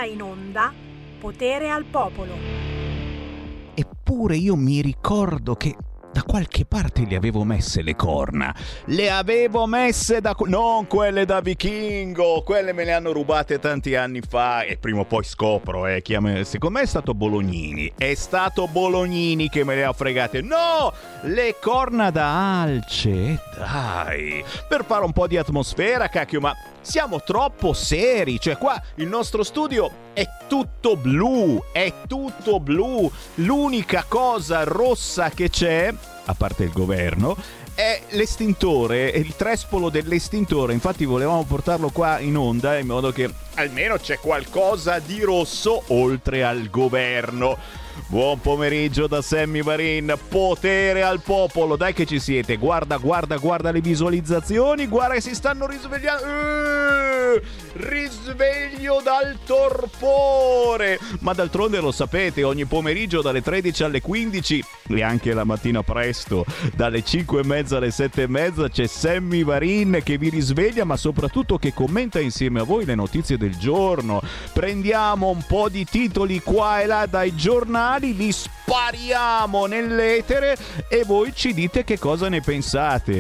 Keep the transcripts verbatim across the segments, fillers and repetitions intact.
in onda Potere al Popolo. Eppure io mi ricordo che da qualche parte le avevo messe le corna. Le avevo messe da... non quelle da vichingo, quelle me le hanno rubate tanti anni fa e prima o poi scopro, eh, chi ha me... secondo me è stato Bolognini. È stato Bolognini che me le ha fregate. No! Le corna da alce, dai! Per fare un po' di atmosfera, cacchio, ma siamo troppo seri. Cioè qua il nostro studio è tutto blu, è tutto blu. L'unica cosa rossa che c'è, a parte il governo, è l'estintore, il trespolo dell'estintore. Infatti volevamo portarlo qua in onda in modo che almeno c'è qualcosa di rosso oltre al governo. Buon pomeriggio da Sammy Varin, potere al popolo, dai che ci siete, guarda, guarda, guarda le visualizzazioni, guarda che si stanno risvegliando, uh, risveglio dal torpore, ma d'altronde lo sapete, ogni pomeriggio dalle tredici alle quindici e anche la mattina presto, dalle cinque e mezza alle sette e mezza c'è Sammy Varin che vi risveglia, ma soprattutto che commenta insieme a voi le notizie del giorno. Prendiamo un po' di titoli qua e là dai giornali, li spariamo nell'etere e voi ci dite che cosa ne pensate.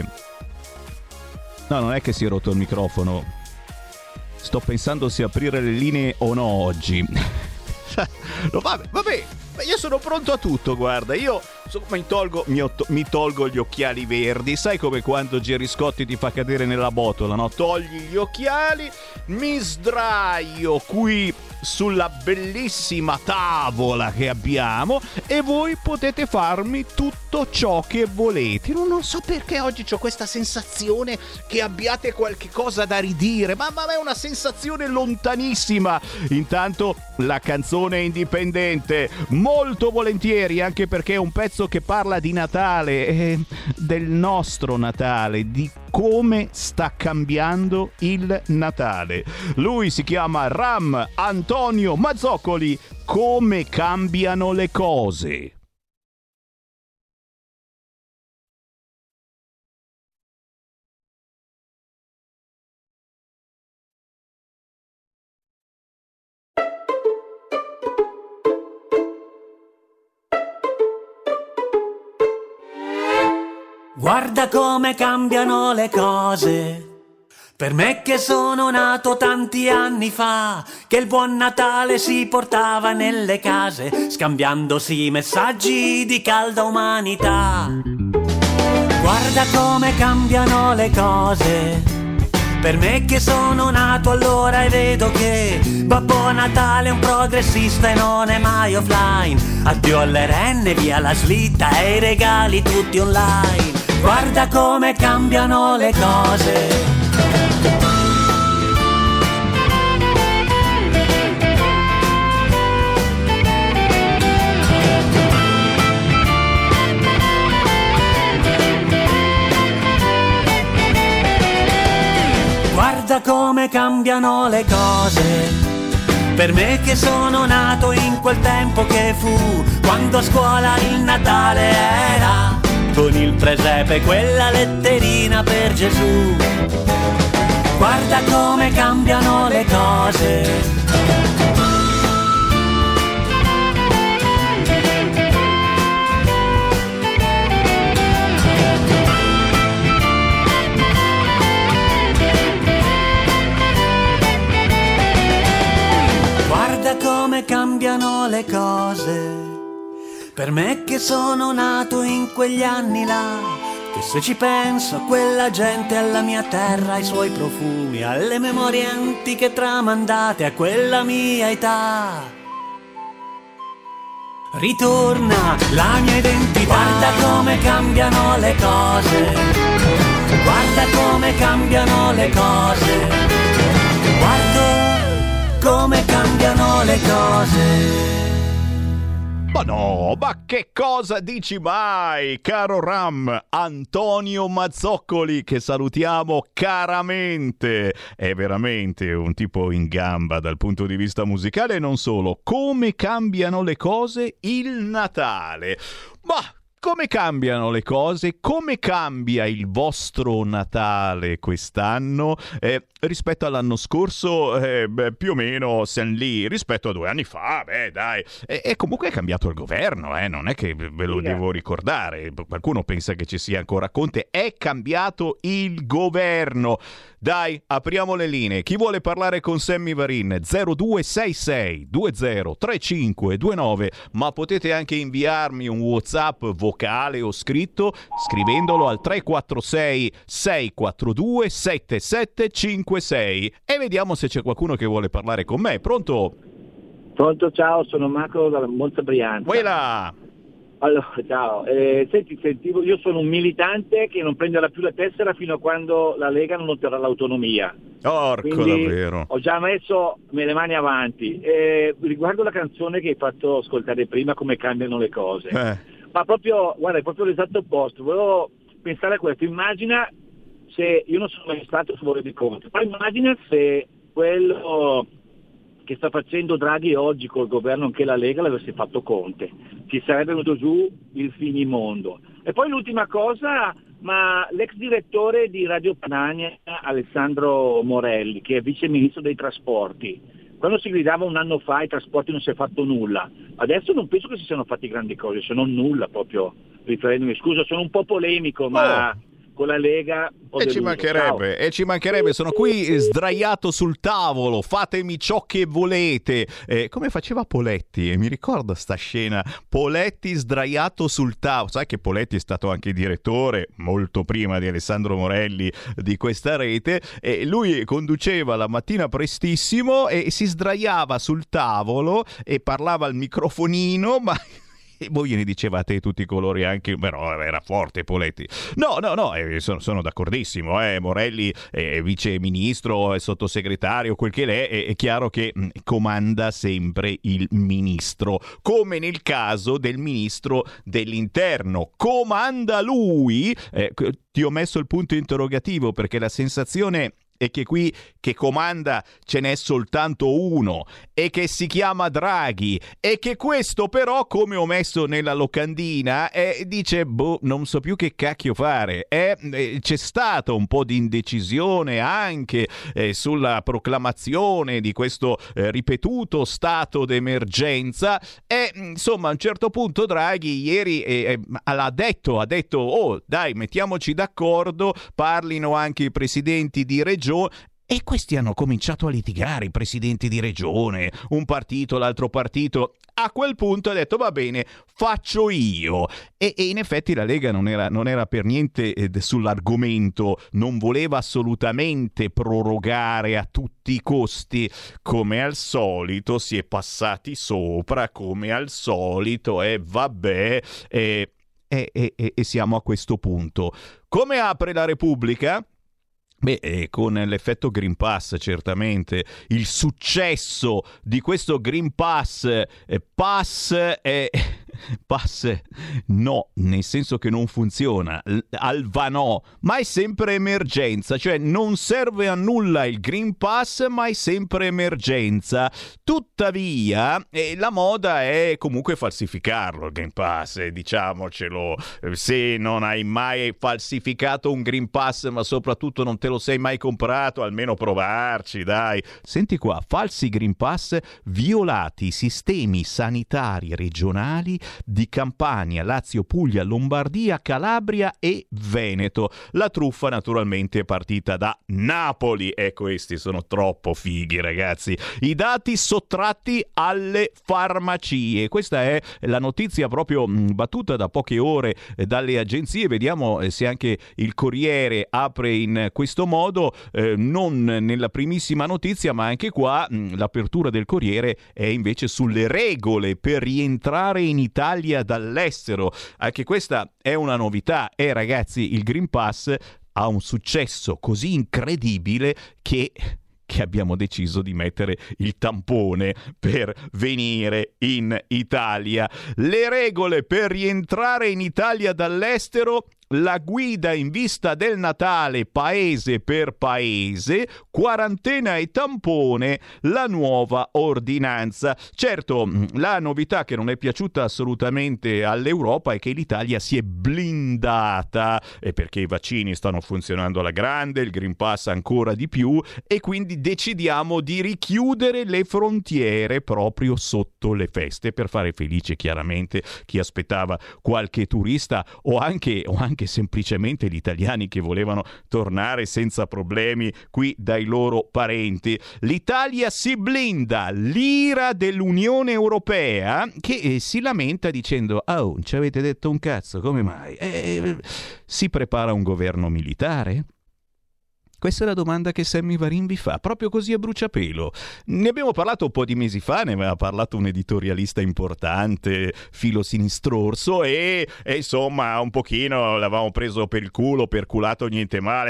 No, non è che si è rotto il microfono, sto pensando se aprire le linee o no oggi. No, vabbè, vabbè, io sono pronto a tutto, guarda, io so, mi, tolgo, mi, mi tolgo gli occhiali verdi, sai come quando Geriscotti ti fa cadere nella botola, no? Togli gli occhiali, mi sdraio qui sulla bellissima tavola che abbiamo e voi potete farmi tutto ciò che volete. Non, non so perché oggi ho questa sensazione che abbiate qualche cosa da ridire, ma, ma è una sensazione lontanissima. Intanto la canzone indipendente, molto volentieri, anche perché è un pezzo che parla di Natale, eh, del nostro Natale, di come sta cambiando il Natale. Lui si chiama Ram Antonio Mazzoccoli. Come cambiano le cose. Guarda come cambiano le cose. Per me che sono nato tanti anni fa, che il buon Natale si portava nelle case, scambiandosi messaggi di calda umanità. Guarda come cambiano le cose. Per me che sono nato allora e vedo che Babbo Natale è un progressista e non è mai offline. Addio alle renne, via la slitta e i regali tutti online. Guarda come cambiano le cose. Guarda come cambiano le cose. Per me che sono nato in quel tempo che fu, quando a scuola il Natale era con il presepe quella letterina per Gesù. Guarda come cambiano le cose. Guarda come cambiano le cose. Per me che sono nato in quegli anni là, che se ci penso a quella gente, alla mia terra, ai suoi profumi, alle memorie antiche tramandate a quella mia età, ritorna la mia identità. Guarda come cambiano le cose. Guarda come cambiano le cose. Guardo come cambiano le cose. Ma no, ma che cosa dici mai, caro Ram Antonio Mazzoccoli, che salutiamo caramente. È veramente un tipo in gamba dal punto di vista musicale e non solo. Come cambiano le cose il Natale. Ma come cambiano le cose? Come cambia il vostro Natale quest'anno? Eh, rispetto all'anno scorso eh, beh, più o meno siamo lì, rispetto a due anni fa, beh dai, e, e comunque è cambiato il governo, eh, non è che ve lo devo ricordare, qualcuno pensa che ci sia ancora Conte, è cambiato il governo. Dai, apriamo le linee. Chi vuole parlare con Sammy Varin? zero due sei sei due zero tre cinque due nove, ma potete anche inviarmi un WhatsApp vocale o scritto scrivendolo al tre quattro sei sei quattro due sette sette cinque sei e vediamo se c'è qualcuno che vuole parlare con me. Pronto? Pronto, ciao, sono Marco dalla Monza Brianza. Quella! Allora, ciao, eh, senti, sentivo, io sono un militante che non prenderà più la tessera fino a quando la Lega non otterrà l'autonomia. Porco, quindi davvero. Ho già messo le mani avanti. Eh, riguardo la canzone che hai fatto ascoltare prima, come cambiano le cose. Eh. Ma proprio, guarda, è proprio l'esatto opposto. Volevo pensare a questo. Immagina se, io non sono mai stato a favore di Conte, però immagina se quello che sta facendo Draghi oggi col governo, anche la Lega, l'avesse fatto Conte, ci sarebbe venuto giù il finimondo. E poi l'ultima cosa, ma l'ex direttore di Radio Padania, Alessandro Morelli, che è vice ministro dei trasporti, quando si gridava un anno fa ai trasporti non si è fatto nulla, adesso non penso che si siano fatti grandi cose, se non nulla proprio, riferendomi, scusa, sono un po' polemico, ma... Oh. Con la Lega ho e deluso. ci mancherebbe, Ciao. e ci mancherebbe, sono qui sdraiato sul tavolo, fatemi ciò che volete, eh, come faceva Poletti, e mi ricordo sta scena, Poletti sdraiato sul tavolo, sai che Poletti è stato anche direttore molto prima di Alessandro Morelli di questa rete, e lui conduceva la mattina prestissimo e si sdraiava sul tavolo e parlava al microfonino, ma... E voi gliene dicevate tutti i colori anche, però era forte Poletti. No, no, no, eh, sono, sono d'accordissimo. Eh. Morelli è vice ministro, è sottosegretario, quel che l'è, è, è chiaro che mh, comanda sempre il ministro. Come nel caso del ministro dell'interno. Comanda lui? Eh, ti ho messo il punto interrogativo perché la sensazione... e che qui che comanda ce n'è soltanto uno e che si chiama Draghi e che questo però, come ho messo nella locandina, eh, dice boh, non so più che cacchio fare. Eh, eh, c'è stato un po' di indecisione anche eh, sulla proclamazione di questo eh, ripetuto stato d'emergenza e insomma a un certo punto Draghi ieri eh, eh, l'ha detto, ha detto oh dai mettiamoci d'accordo, parlino anche i presidenti di regione. E questi hanno cominciato a litigare, i presidenti di regione, un partito, l'altro partito. A quel punto ha detto va bene, faccio io. E, e in effetti la Lega non era, non era per niente eh, sull'argomento, non voleva assolutamente prorogare a tutti i costi. Come al solito si è passati sopra, come al solito, e vabbè, e, e, e, e siamo a questo punto. Come apre la Repubblica? Beh, eh, con l'effetto Green Pass certamente, il successo di questo Green Pass, eh, pass è... pass no, nel senso che non funziona, Alva no, ma è sempre emergenza, cioè non serve a nulla il Green Pass, ma è sempre emergenza. Tuttavia eh, la moda è comunque falsificarlo il Green Pass, eh, diciamocelo. Se non hai mai falsificato un Green Pass, ma soprattutto non te lo sei mai comprato, almeno provarci, dai. Senti qua, falsi Green Pass, violati i sistemi sanitari regionali di Campania, Lazio, Puglia, Lombardia, Calabria e Veneto. La truffa naturalmente è partita da Napoli e questi sono troppo fighi, ragazzi. I dati sottratti alle farmacie. Questa è la notizia proprio mh, battuta da poche ore eh, dalle agenzie. Vediamo eh, se anche il Corriere apre in questo modo, eh, non nella primissima notizia, ma anche qua mh, l'apertura del Corriere è invece sulle regole per rientrare in Italia Italia dall'estero. Anche questa è una novità e ragazzi il Green Pass ha un successo così incredibile che che abbiamo deciso di mettere il tampone per venire in Italia. Le regole per rientrare in Italia dall'estero la guida in vista del Natale paese per paese, quarantena e tampone, la nuova ordinanza. Certo, la novità che non è piaciuta assolutamente all'Europa è che l'Italia si è blindata, e perché i vaccini stanno funzionando alla grande, il Green Pass ancora di più, e quindi decidiamo di richiudere le frontiere proprio sotto le feste per fare felice chiaramente chi aspettava qualche turista o anche, o anche Anche semplicemente gli italiani che volevano tornare senza problemi qui dai loro parenti. L'Italia si blinda, l'ira dell'Unione Europea che eh, si lamenta dicendo: oh, non ci avete detto un cazzo, come mai? Eh, si prepara un governo militare? Questa è la domanda che Sammy Varin vi fa, proprio così a bruciapelo. Ne abbiamo parlato un po' di mesi fa, ne aveva parlato un editorialista importante, filo sinistrorso, e, e insomma un pochino l'avevamo preso per il culo, perculato niente male.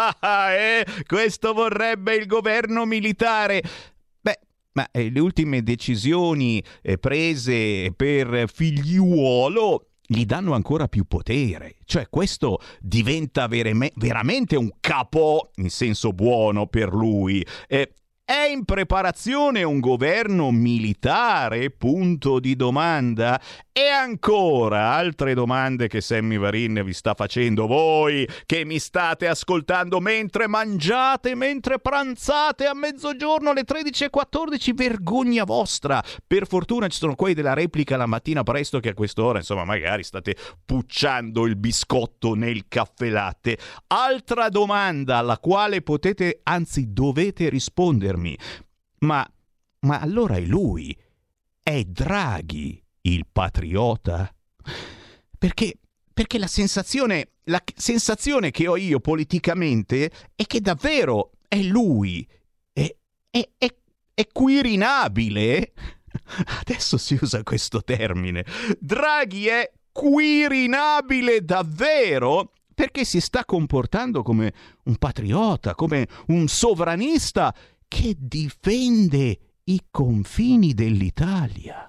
eh, questo vorrebbe il governo militare. Beh, ma eh, le ultime decisioni eh, prese per figliuolo gli danno ancora più potere, cioè questo diventa verame- veramente un capo in senso buono per lui. Eh, è in preparazione un governo militare? Punto di domanda. E ancora altre domande che Sammy Varin vi sta facendo, voi che mi state ascoltando mentre mangiate, mentre pranzate a mezzogiorno alle tredici e quattordici, vergogna vostra. Per fortuna ci sono quelli della replica la mattina presto che a quest'ora insomma magari state pucciando il biscotto nel caffè latte. Altra domanda alla quale potete, anzi dovete rispondermi: ma, ma allora è lui, è Draghi il patriota? Perché, perché la sensazione, la sensazione che ho io politicamente è che davvero è lui, è, è, è, è quirinabile. Adesso si usa questo termine. Draghi è quirinabile davvero? Perché si sta comportando come un patriota, come un sovranista che difende i confini dell'Italia.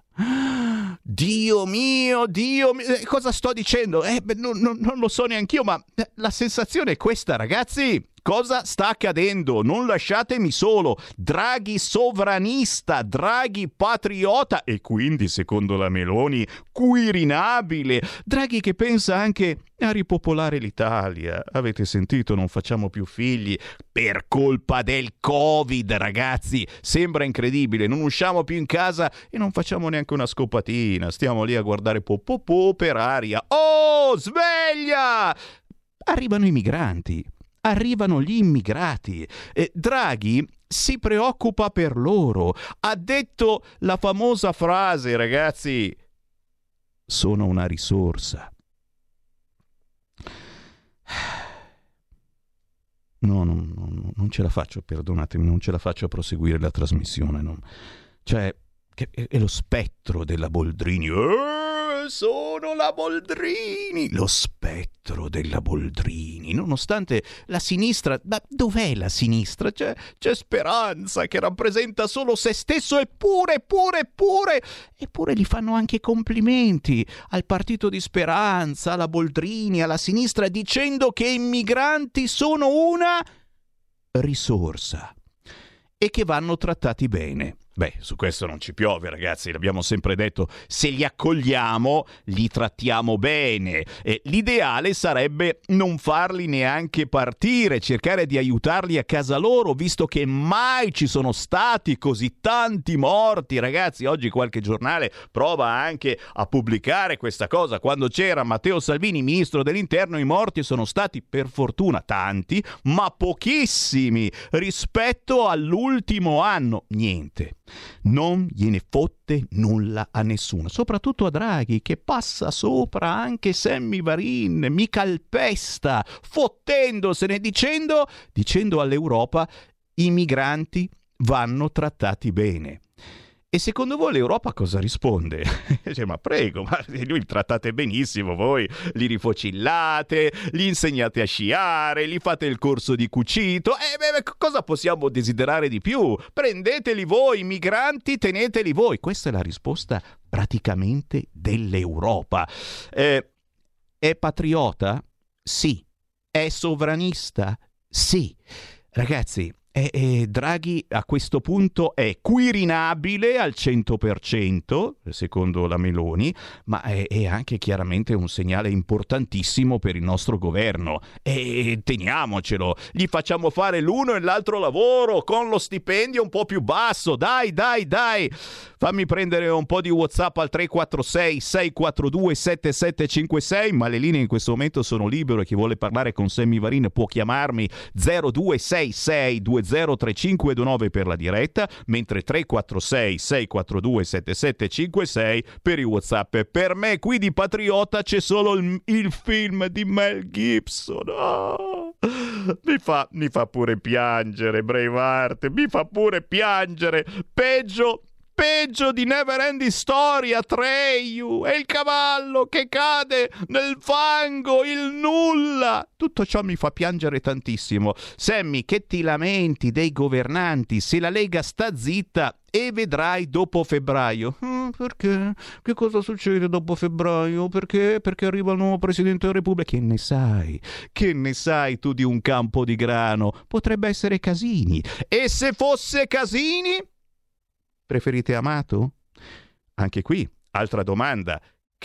Dio mio, Dio mio, cosa sto dicendo? Eh, non, non, non lo so neanch'io, ma la sensazione è questa, ragazzi. Cosa sta accadendo? Non lasciatemi solo. Draghi sovranista, Draghi patriota e quindi, secondo la Meloni, quirinabile. Draghi che pensa anche a ripopolare l'Italia. Avete sentito? Non facciamo più figli per colpa del Covid, ragazzi. Sembra incredibile. Non usciamo più in casa e non facciamo neanche una scopatina. Stiamo lì a guardare popopò per aria. Oh, sveglia! Arrivano i migranti. Arrivano gli immigrati. Eh, Draghi si preoccupa per loro. Ha detto la famosa frase, ragazzi: sono una risorsa. No, no, no, non ce la faccio, perdonatemi, non ce la faccio a proseguire la trasmissione. No. Cioè, che è lo spettro della Boldrini. Eh, sono la Boldrini, lo spettro della Boldrini. Nonostante la sinistra, ma dov'è la sinistra? C'è, c'è Speranza che rappresenta solo se stesso, eppure, eppure, eppure, eppure gli fanno anche complimenti al partito di Speranza, alla Boldrini, alla sinistra, dicendo che i migranti sono una risorsa e che vanno trattati bene. Beh, su questo non ci piove, ragazzi, l'abbiamo sempre detto, se li accogliamo, li trattiamo bene. E l'ideale sarebbe non farli neanche partire, cercare di aiutarli a casa loro, visto che mai ci sono stati così tanti morti. Ragazzi, oggi qualche giornale prova anche a pubblicare questa cosa. Quando c'era Matteo Salvini, ministro dell'Interno, i morti sono stati per fortuna tanti, ma pochissimi rispetto all'ultimo anno. Niente. Non gliene fotte nulla a nessuno, soprattutto a Draghi, che passa sopra anche Sammy Varin, mi calpesta, fottendosene, dicendo, dicendo all'Europa: i migranti vanno trattati bene. E secondo voi l'Europa cosa risponde? Cioè, ma prego, ma lui li trattate benissimo, voi li rifocillate, gli insegnate a sciare, gli fate il corso di cucito. Eh, beh, cosa possiamo desiderare di più? Prendeteli voi, migranti, teneteli voi. Questa è la risposta praticamente dell'Europa. Eh, è patriota? Sì. È sovranista? Sì. Ragazzi, E, e Draghi a questo punto è quirinabile al cento per cento, secondo la Meloni, ma è, è anche chiaramente un segnale importantissimo per il nostro governo. E teniamocelo, gli facciamo fare l'uno e l'altro lavoro con lo stipendio un po' più basso. Dai, dai, dai! Fammi prendere un po' di WhatsApp al tre quattro sei sei quattro due sette sette cinque sei, ma le linee in questo momento sono libere. Chi vuole parlare con Sammy Varin può chiamarmi zero due sei sei due zero tre cinque due nove per la diretta, mentre tre quattro sei sei quattro due sette sette cinque sei per i WhatsApp. Per me qui di patriota c'è solo il, il film di Mel Gibson. Oh, mi fa, mi fa pure piangere Braveheart, mi fa pure piangere. Peggio Peggio di Never Ending Story, Atreyu, è il cavallo che cade nel fango, il nulla. Tutto ciò mi fa piangere tantissimo. Sammy, che ti lamenti dei governanti? Se la Lega sta zitta e vedrai dopo febbraio. Mm, perché? Che cosa succede dopo febbraio? Perché? Perché arriva il nuovo Presidente della Repubblica. Che ne sai? Che ne sai tu di un campo di grano? Potrebbe essere Casini. E se fosse Casini? Preferite Amato? Anche qui, altra domanda.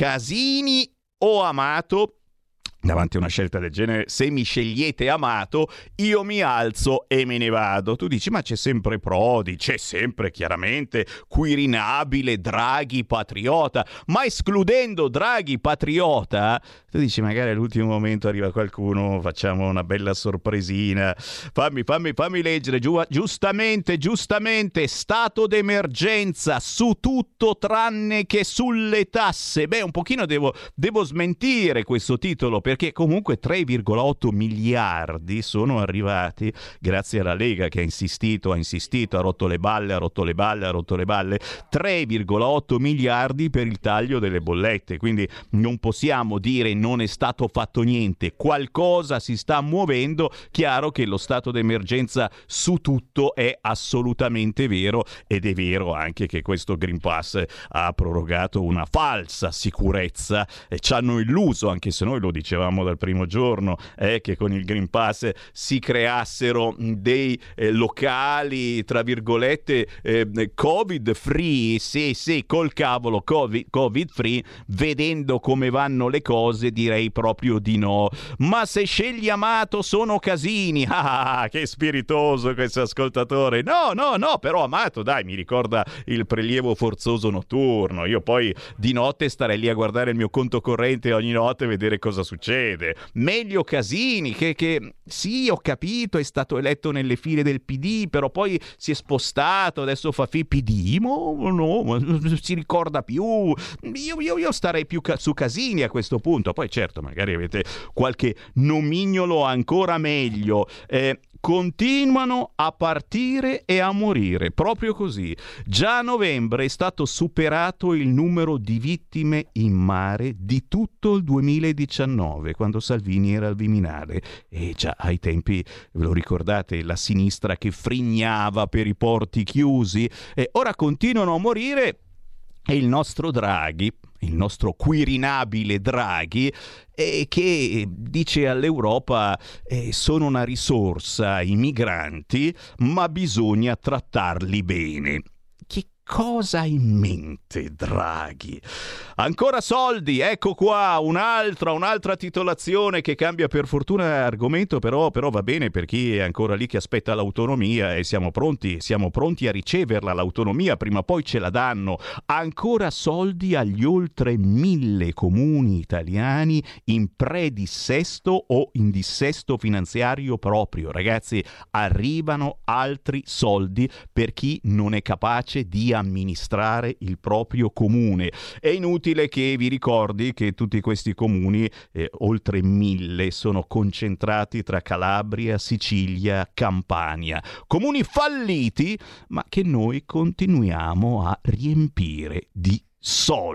Casini o Amato? Davanti a una scelta del genere, se mi scegliete Amato, io mi alzo e me ne vado. Tu dici, ma c'è sempre Prodi, c'è sempre chiaramente Quirinabile, Draghi patriota, ma escludendo Draghi patriota, tu dici, magari all'ultimo momento arriva qualcuno, facciamo una bella sorpresina. Fammi, fammi, fammi leggere, Giu- giustamente, giustamente, stato d'emergenza su tutto tranne che sulle tasse. Beh, un pochino devo, devo smentire questo titolo, perché comunque tre virgola otto miliardi sono arrivati grazie alla Lega che ha insistito, ha insistito, ha rotto le balle, ha rotto le balle, ha rotto le balle. tre virgola otto miliardi per il taglio delle bollette, quindi non possiamo dire non è stato fatto niente, qualcosa si sta muovendo. Chiaro che lo stato d'emergenza su tutto è assolutamente vero, ed è vero anche che questo Green Pass ha prorogato una falsa sicurezza e ci hanno illuso, anche se noi lo dicevamo dal primo giorno, eh, che con il Green Pass si creassero dei eh, locali tra virgolette eh, covid free. Sì, sì, col cavolo covid, covid free. Vedendo come vanno le cose direi proprio di no. Ma se scegli Amato sono Casini. Ah, che spiritoso questo ascoltatore. No, no, no, però Amato, dai, mi ricorda il prelievo forzoso notturno. Io poi di notte starei lì a guardare il mio conto corrente ogni notte e vedere cosa succede. Meglio Casini che, che sì, ho capito, è stato eletto nelle file del P D, però poi si è spostato, adesso fa fi P D, ma no, ma non si ricorda più. Io, io, io starei più ca- su Casini a questo punto. Poi certo, magari avete qualche nomignolo ancora meglio. Eh, continuano a partire e a morire, proprio così. Già a novembre è stato superato il numero di vittime in mare di tutto il duemiladiciannove, quando Salvini era al Viminale. E già ai tempi, ve lo ricordate, la sinistra che frignava per i porti chiusi? E ora continuano a morire e il nostro Draghi, il nostro quirinabile Draghi, eh, che dice all'Europa eh, sono una risorsa i migranti, ma bisogna trattarli bene. Che cosa ha in mente Draghi? Ancora soldi, ecco qua, un'altra, un'altra titolazione che cambia per fortuna argomento, però, però va bene per chi è ancora lì che aspetta l'autonomia, e siamo pronti, siamo pronti a riceverla l'autonomia, prima o poi ce la danno. Ancora soldi agli oltre mille comuni italiani in predissesto o in dissesto finanziario proprio. Ragazzi, arrivano altri soldi per chi non è capace di amministrare il proprio comune. È inutile che vi ricordi che tutti questi comuni, eh, oltre mille, sono concentrati tra Calabria, Sicilia, Campania. Comuni falliti, ma che noi continuiamo a riempire di soldi.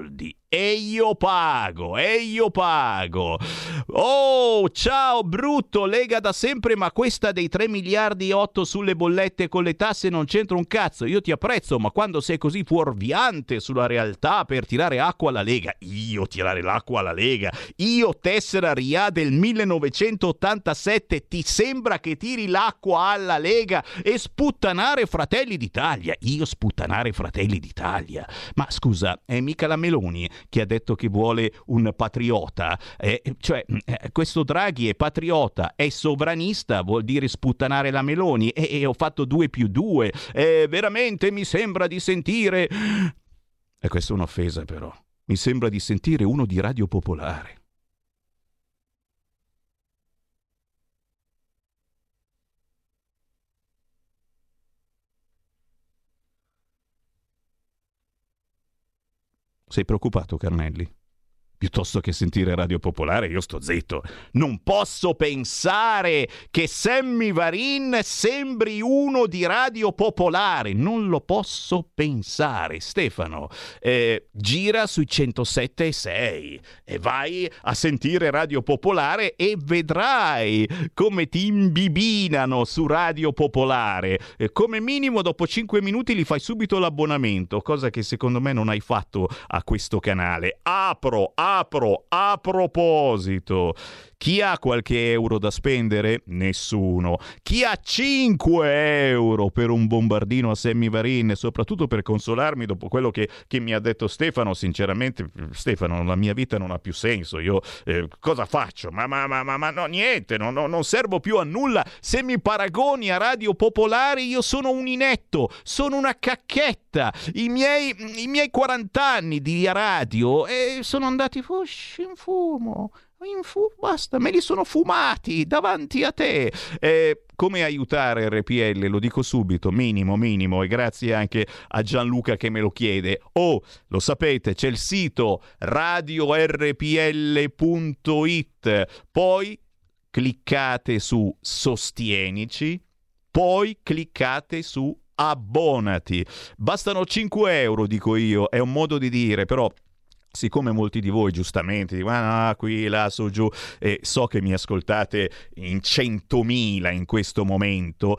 E io pago, e io pago. Oh, ciao brutto, Lega da sempre, ma questa dei tre miliardi e otto sulle bollette con le tasse non c'entra un cazzo. Io ti apprezzo, ma quando sei così fuorviante sulla realtà per tirare acqua alla Lega, io tirare l'acqua alla Lega, io tessera R I A del millenovecentottantasette, ti sembra che tiri l'acqua alla Lega e sputtanare Fratelli d'Italia? Io sputtanare Fratelli d'Italia? Ma scusa, è mica la Meloni che ha detto che vuole un patriota, eh, cioè eh, questo Draghi è patriota, è sovranista, vuol dire sputtanare la Meloni, e, e ho fatto due più due, eh, veramente mi sembra di sentire, e questa è un'offesa però, mi sembra di sentire uno di Radio Popolare. Sei preoccupato, Carnelli? Piuttosto che sentire Radio Popolare, io sto zitto. Non posso pensare che Sammy Varin sembri uno di Radio Popolare. Non lo posso pensare. Stefano, eh, gira sui centosette e sei e vai a sentire Radio Popolare e vedrai come ti imbibinano su Radio Popolare. Eh, come minimo dopo cinque minuti gli fai subito l'abbonamento, cosa che secondo me non hai fatto a questo canale. Apro, apro, a proposito. Chi ha qualche euro da spendere? Nessuno. Chi ha cinque euro per un bombardino a Sammy Varin, soprattutto per consolarmi dopo quello che, che mi ha detto Stefano? Sinceramente, Stefano, la mia vita non ha più senso. Io eh, cosa faccio? Ma, ma, ma, ma, ma no, niente, no, no, non servo più a nulla. Se mi paragoni a Radio Popolare, io sono un inetto, sono una cacchetta. I miei, i miei quaranta anni di radio eh, sono andati fusci in fumo. In fu- basta, me li sono fumati davanti a te. Eh, come aiutare R P L? Lo dico subito, minimo, minimo, e grazie anche a Gianluca che me lo chiede. Oh, lo sapete, c'è il sito radio r p l punto i t, poi cliccate su Sostienici, poi cliccate su Abbonati. Bastano cinque euro, dico io, è un modo di dire, però siccome molti di voi giustamente dicono ah, no, qui, là, su, giù, e so che mi ascoltate in centomila in questo momento,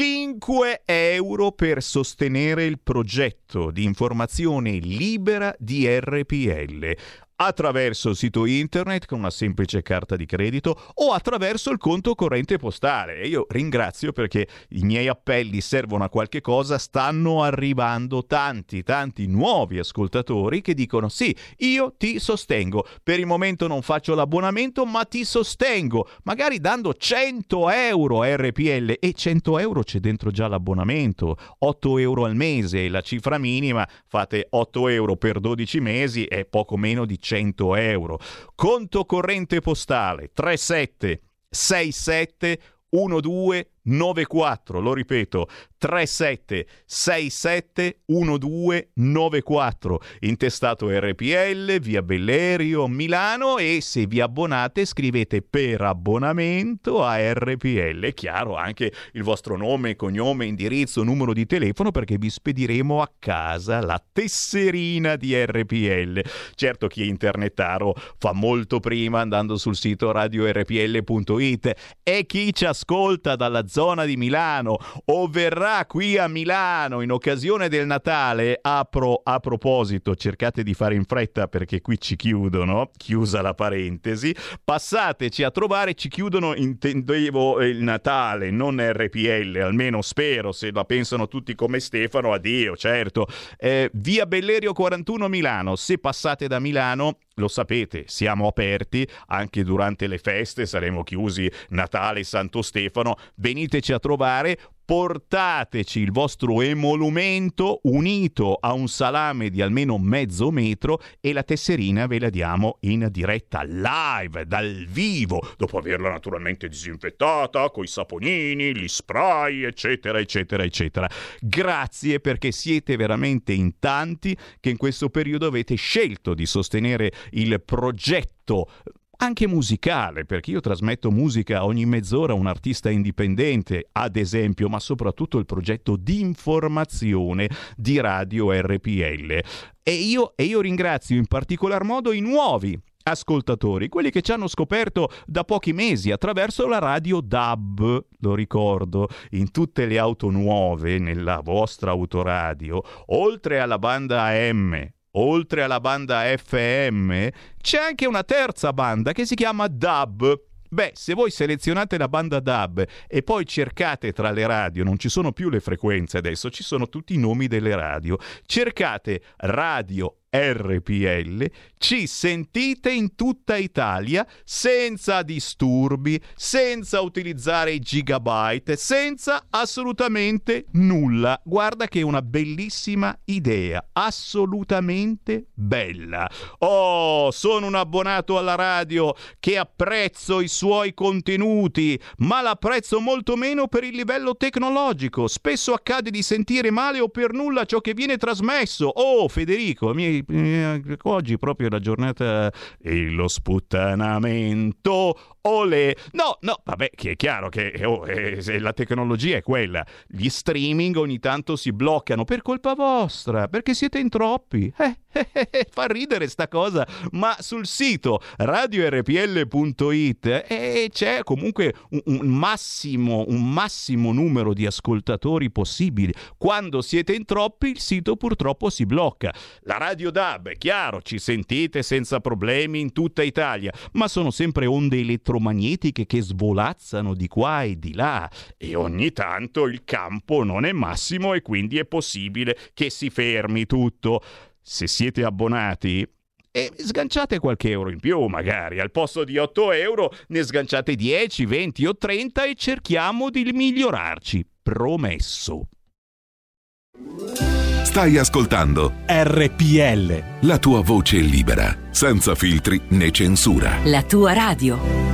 cinque euro per sostenere il progetto di informazione libera di R P L. Attraverso il sito internet con una semplice carta di credito o attraverso il conto corrente postale. E io ringrazio perché i miei appelli servono a qualche cosa, stanno arrivando tanti, tanti nuovi ascoltatori che dicono sì, io ti sostengo, per il momento non faccio l'abbonamento ma ti sostengo, magari dando cento euro a R P L, e cento euro c'è dentro già l'abbonamento, otto euro al mese, la cifra minima, fate otto euro per dodici mesi, è poco meno di cento euro. Conto corrente postale tre sette sei sette uno due nove quattro, lo ripeto, tre sette sei sette uno due nove quattro, intestato R P L, via Bellerio, Milano, e se vi abbonate scrivete per abbonamento a R P L, è chiaro anche il vostro nome, cognome, indirizzo, numero di telefono, perché vi spediremo a casa la tesserina di R P L. Certo, chi è internetaro fa molto prima andando sul sito radio r p l punto i t, e chi ci ascolta dalla zona zona di Milano o verrà qui a Milano in occasione del Natale, apro a proposito, cercate di fare in fretta perché qui ci chiudono, chiusa la parentesi, passateci a trovare, ci chiudono, intendevo il Natale, non R P L, almeno spero, se la pensano tutti come Stefano, addio, certo. Eh, via Bellerio quarantuno Milano, se passate da Milano, lo sapete, siamo aperti anche durante le feste, saremo chiusi Natale, Santo Stefano, veniteci a trovare, portateci il vostro emolumento unito a un salame di almeno mezzo metro e la tesserina ve la diamo in diretta live, dal vivo, dopo averla naturalmente disinfettata coi saponini, gli spray, eccetera, eccetera, eccetera. Grazie perché siete veramente in tanti che in questo periodo avete scelto di sostenere il progetto anche musicale, perché io trasmetto musica ogni mezz'ora a un artista indipendente, ad esempio, ma soprattutto il progetto di informazione di Radio R P L. E io, e io ringrazio in particolar modo i nuovi ascoltatori, quelli che ci hanno scoperto da pochi mesi attraverso la radio D A B, lo ricordo, in tutte le auto nuove, nella vostra autoradio, oltre alla banda A M, oltre alla banda F M, c'è anche una terza banda che si chiama D A B. Beh, se voi selezionate la banda D A B e poi cercate tra le radio, non ci sono più le frequenze adesso, ci sono tutti i nomi delle radio, cercate Radio R P L, ci sentite in tutta Italia senza disturbi, senza utilizzare i gigabyte, senza assolutamente nulla. Guarda che è una bellissima idea, assolutamente bella. Oh, sono un abbonato alla radio che apprezzo i suoi contenuti, ma l'apprezzo molto meno per il livello tecnologico. Spesso accade di sentire male o per nulla ciò che viene trasmesso. Oh, Federico, mi oggi proprio la giornata e lo sputtanamento, olè. No, no, vabbè, che è chiaro che oh, eh, se la tecnologia è quella, gli streaming ogni tanto si bloccano per colpa vostra, perché siete in troppi. Eh, eh, eh, fa ridere sta cosa, ma sul sito radio r p l punto i t eh, c'è comunque un, un massimo un massimo numero di ascoltatori possibili. Quando siete in troppi il sito purtroppo si blocca. La radio D A B, è chiaro, ci sentite senza problemi in tutta Italia, ma sono sempre onde elettromagnetiche che svolazzano di qua e di là e ogni tanto il campo non è massimo e quindi è possibile che si fermi tutto. Se siete abbonati, e sganciate qualche euro in più, magari al posto di otto euro ne sganciate dieci, venti o trenta e cerchiamo di migliorarci, promesso. Stai ascoltando R P L, la tua voce libera, senza filtri né censura. La tua radio.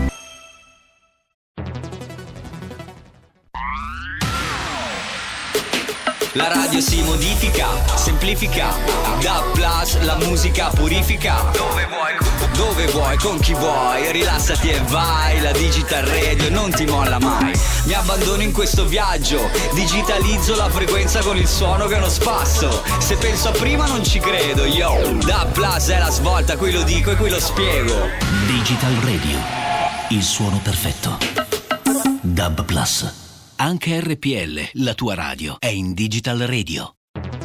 La radio si modifica, semplifica, da plus la musica purifica. Dove vuoi, dove vuoi, con chi vuoi, rilassati e vai. La Digital Radio non ti molla mai. Mi abbandono in questo viaggio, digitalizzo la frequenza con il suono che è uno spasso. Se penso a prima non ci credo, yo. Da plus è la svolta, qui lo dico e qui lo spiego. Digital Radio, il suono perfetto. Dub Plus. Anche R P L, la tua radio, è in Digital Radio.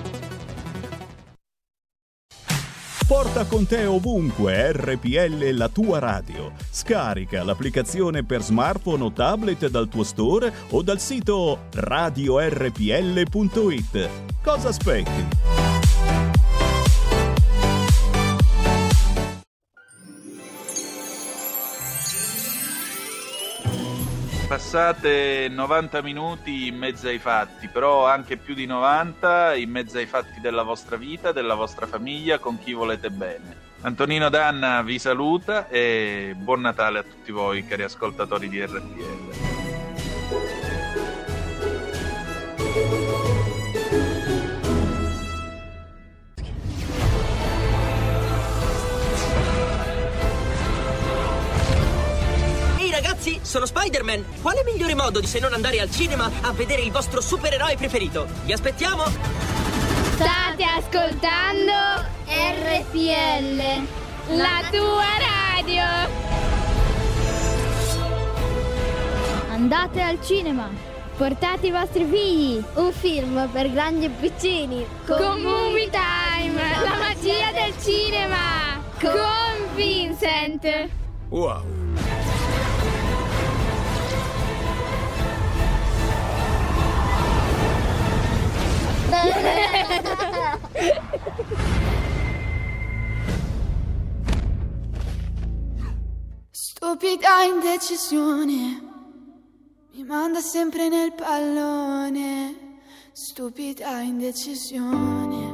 Porta con te ovunque R P L, la tua radio. Scarica l'applicazione per smartphone o tablet dal tuo store o dal sito radio r p l punto i t. Cosa aspetti? Passate novanta minuti in mezzo ai fatti, però anche più di novanta in mezzo ai fatti della vostra vita, della vostra famiglia, con chi volete bene. Antonino Danna vi saluta e buon Natale a tutti voi, cari ascoltatori di R P L. Ragazzi, sono Spider-Man. Quale migliore modo di se non andare al cinema a vedere il vostro supereroe preferito? Vi aspettiamo! State ascoltando R P L, la tua radio. Andate al cinema. Portate i vostri figli. Un film per grandi e piccini. Con Movie Time, la magia del cinema. Con Vincent. Wow. Stupida indecisione mi manda sempre nel pallone. Stupida indecisione.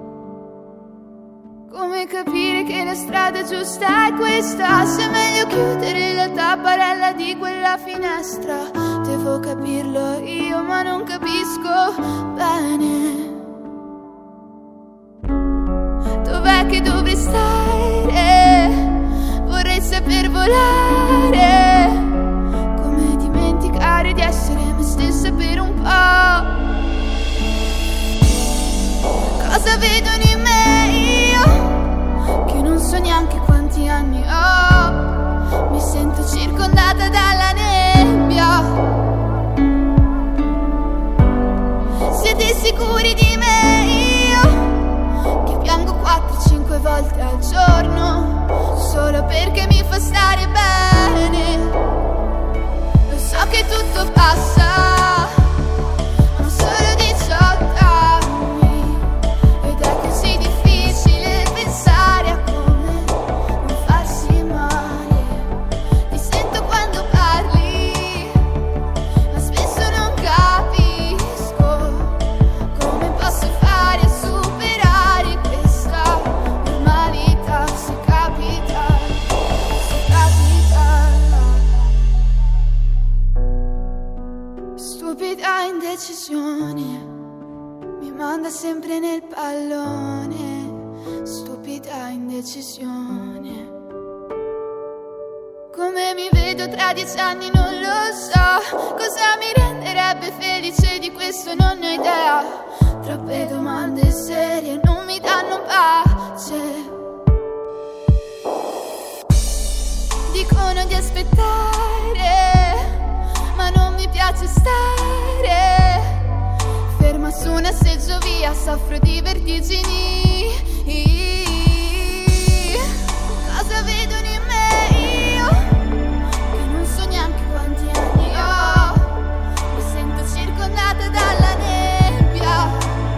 Come capire che la strada giusta è questa? Se è meglio chiudere la tapparella di quella finestra. Devo capirlo io ma non capisco bene. Dov'è che dovrei stare? Vorrei saper, vorrei volare, come dimenticare di essere me stessa per un po'. Cosa vedono in me io, che non so neanche quanti anni ho. Mi sento circondata dalla nebbia. Siete sicuri di me io, che piango quattro cinque volte al giorno, solo perché mi fa stare bene. Lo so che tutto passa, ho solo diciotto anni, ed è così difficile pensare a come non farsi male. Ti sento quando parli, ma spesso non capisco come posso fare a superare questa normalità. Se capita, se capita. Stupida indecisione mi manda sempre nel pallone. Stupida indecisione. Come mi vedo tra dieci anni non lo so. Cosa mi renderebbe felice di questo non ne ho idea. Troppe domande serie non mi danno pace. Dicono di aspettare, ma non mi piace stare ferma su una seggiovia, soffro di vertigini. Cosa vedono in me io, che non so neanche quanti anni ho. Mi sento circondata dalla nebbia.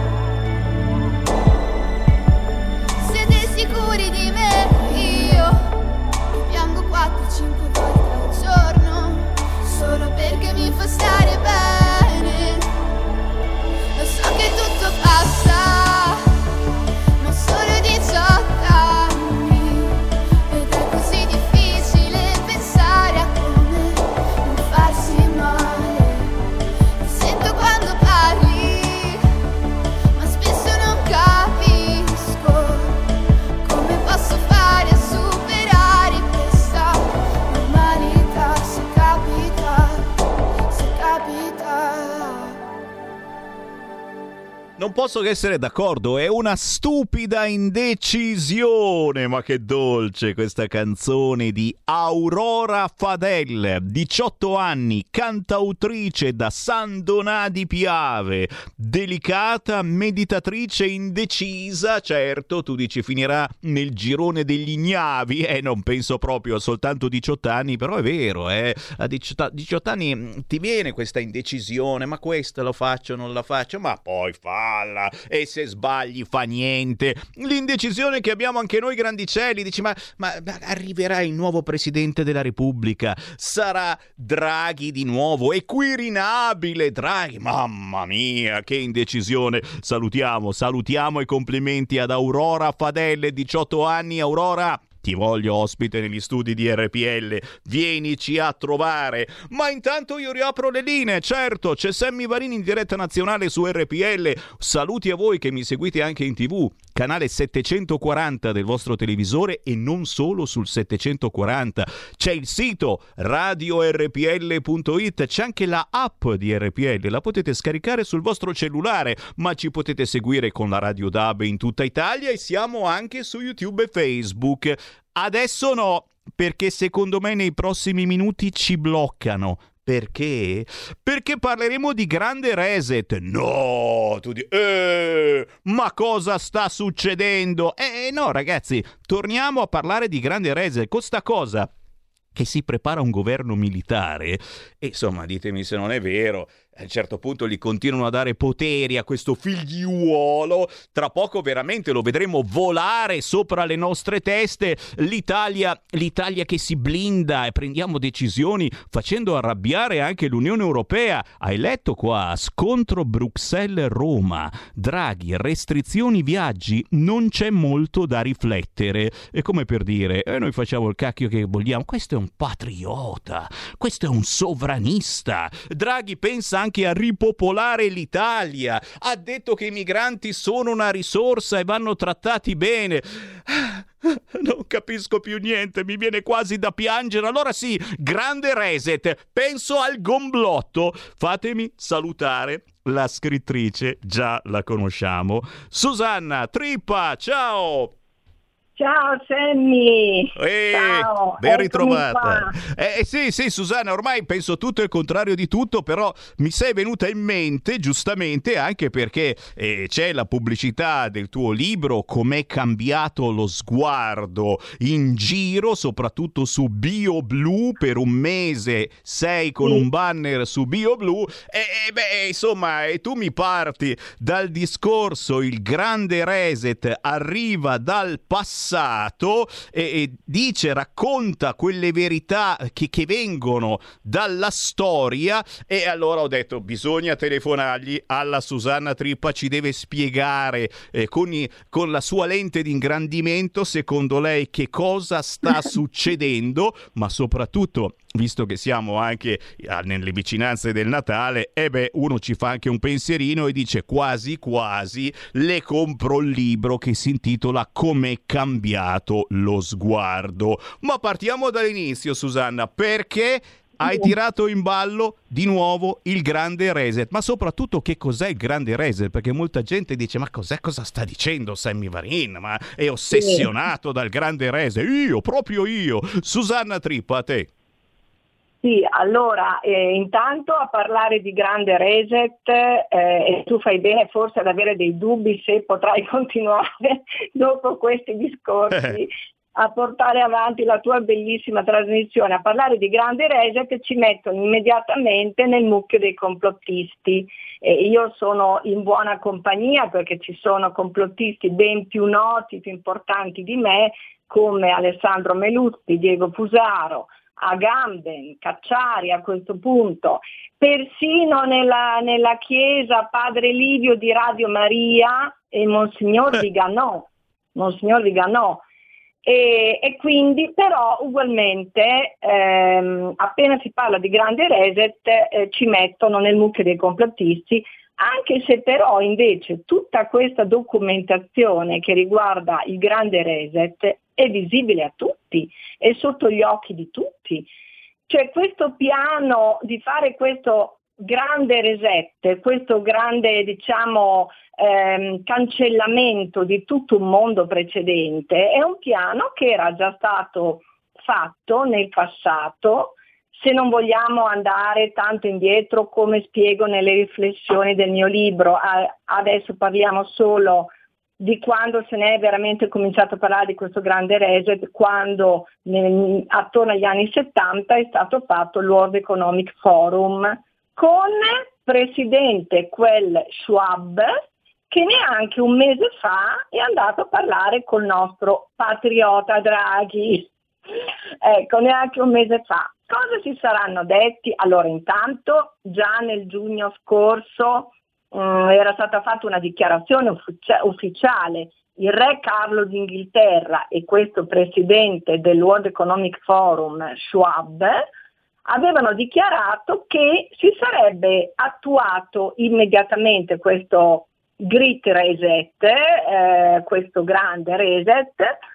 Siete sicuri di me io, che piango quattro cinque volte al giorno, solo perché mi fa stare bene. Lo so che tutto passa, ma solo diciotto anni, ed è così difficile pensare a come non farsi male. Ti sento quando parli, ma spesso non capisco come posso fare a superare questa normalità. Se capita, se capita. Non posso che essere d'accordo, è una stupida indecisione, ma che dolce questa canzone di Aurora Fadel, diciotto anni, cantautrice da San Donà di Piave, delicata, meditatrice, indecisa. Certo, tu dici finirà nel girone degli ignavi, eh, non penso proprio a soltanto diciotto anni, però è vero, eh, a diciotto anni ti viene questa indecisione, ma questa lo faccio, non la faccio, ma poi fa. E se sbagli fa niente. L'indecisione che abbiamo anche noi grandicelli, dici ma, ma, ma arriverà il nuovo presidente della Repubblica, sarà Draghi di nuovo, è Quirinabile Draghi, mamma mia che indecisione. Salutiamo, salutiamo e complimenti ad Aurora Fadelle, diciotto anni. Aurora, ti voglio ospite negli studi di R P L, vienici a trovare. Ma intanto io riapro le linee, certo, c'è Sammy Varini in diretta nazionale su R P L. Saluti a voi che mi seguite anche in tv, canale settecentoquaranta del vostro televisore e non solo sul settecentoquaranta. C'è il sito radio erre pi elle punto it, c'è anche la app di R P L, la potete scaricare sul vostro cellulare, ma ci potete seguire con la Radio D A B in tutta Italia e siamo anche su YouTube e Facebook. Adesso no, perché secondo me nei prossimi minuti ci bloccano. Perché? Perché parleremo di Grande Reset. No, tu di... Eh, ma cosa sta succedendo? Eh no ragazzi, torniamo a parlare di Grande Reset. Con sta cosa che si prepara un governo militare, e insomma ditemi se non è vero, a un certo punto gli continuano a dare poteri a questo figliuolo, tra poco veramente lo vedremo volare sopra le nostre teste, l'Italia, l'Italia che si blinda e prendiamo decisioni facendo arrabbiare anche l'Unione Europea. Hai letto qua, scontro Bruxelles-Roma, Draghi, restrizioni viaggi, non c'è molto da riflettere. È come per dire, eh, noi facciamo il cacchio che vogliamo, questo è un patriota, questo è un sovranista. Draghi pensa anche a ripopolare l'Italia, ha detto che i migranti sono una risorsa e vanno trattati bene. Non capisco più niente, mi viene quasi da piangere. Allora sì, grande reset, penso al gomblotto. Fatemi salutare la scrittrice, già la conosciamo, Susanna Trippa, ciao! Ciao Sammy! Eh, Ciao! ben Eccomi ritrovata. qua. Eh, eh, sì, sì, Susanna, ormai penso tutto il contrario di tutto, però mi sei venuta in mente giustamente anche perché eh, c'è la pubblicità del tuo libro Com'è cambiato lo sguardo in giro, soprattutto su BioBlue, per un mese sei con Sì. un banner su BioBlue e, e beh, insomma, e tu mi parti dal discorso il grande reset arriva dal passato e, e dice, racconta quelle verità che, che vengono dalla storia, e allora ho detto bisogna telefonargli alla Susanna Trippa, ci deve spiegare eh, con, i, con la sua lente di ingrandimento secondo lei che cosa sta succedendo, ma soprattutto visto che siamo anche nelle vicinanze del Natale, e eh beh, uno ci fa anche un pensierino e dice quasi quasi le compro il libro che si intitola Com'è cambiato lo sguardo. Ma partiamo dall'inizio, Susanna, perché hai tirato in ballo di nuovo il grande reset, ma soprattutto che cos'è il grande reset? Perché molta gente dice ma cos'è, cosa sta dicendo Sammy Varin? Ma è ossessionato dal grande reset. Io, proprio io. Susanna Trippa, a te. Sì, allora, eh, intanto a parlare di grande reset, eh, e tu fai bene forse ad avere dei dubbi se potrai continuare dopo questi discorsi a portare avanti la tua bellissima trasmissione. A parlare di grande reset ci mettono immediatamente nel mucchio dei complottisti. E io sono in buona compagnia perché ci sono complottisti ben più noti, più importanti di me, come Alessandro Meluzzi, Diego Fusaro, Agamben, Cacciari a questo punto, persino nella, nella chiesa Padre Livio di Radio Maria e Monsignor Viganò, Monsignor Viganò. E, e quindi però ugualmente ehm, appena si parla di grande reset eh, ci mettono nel mucchio dei complottisti, anche se però invece tutta questa documentazione che riguarda il grande reset è visibile a tutti, è sotto gli occhi di tutti. Cioè questo piano di fare questo grande reset, questo grande diciamo ehm, cancellamento di tutto un mondo precedente è un piano che era già stato fatto nel passato. Se non vogliamo andare tanto indietro, come spiego nelle riflessioni del mio libro, adesso parliamo solo di quando se ne è veramente cominciato a parlare di questo grande reset, quando nel, attorno agli anni settanta è stato fatto il World Economic Forum con presidente quel Schwab, che neanche un mese fa è andato a parlare col nostro patriota Draghi. Ecco, neanche un mese fa. Cosa si saranno detti? Allora, intanto già nel giugno scorso um, era stata fatta una dichiarazione uffici- ufficiale. Il re Carlo d'Inghilterra e questo presidente del World Economic Forum, Schwab, avevano dichiarato che si sarebbe attuato immediatamente questo Great Reset, eh, questo grande reset,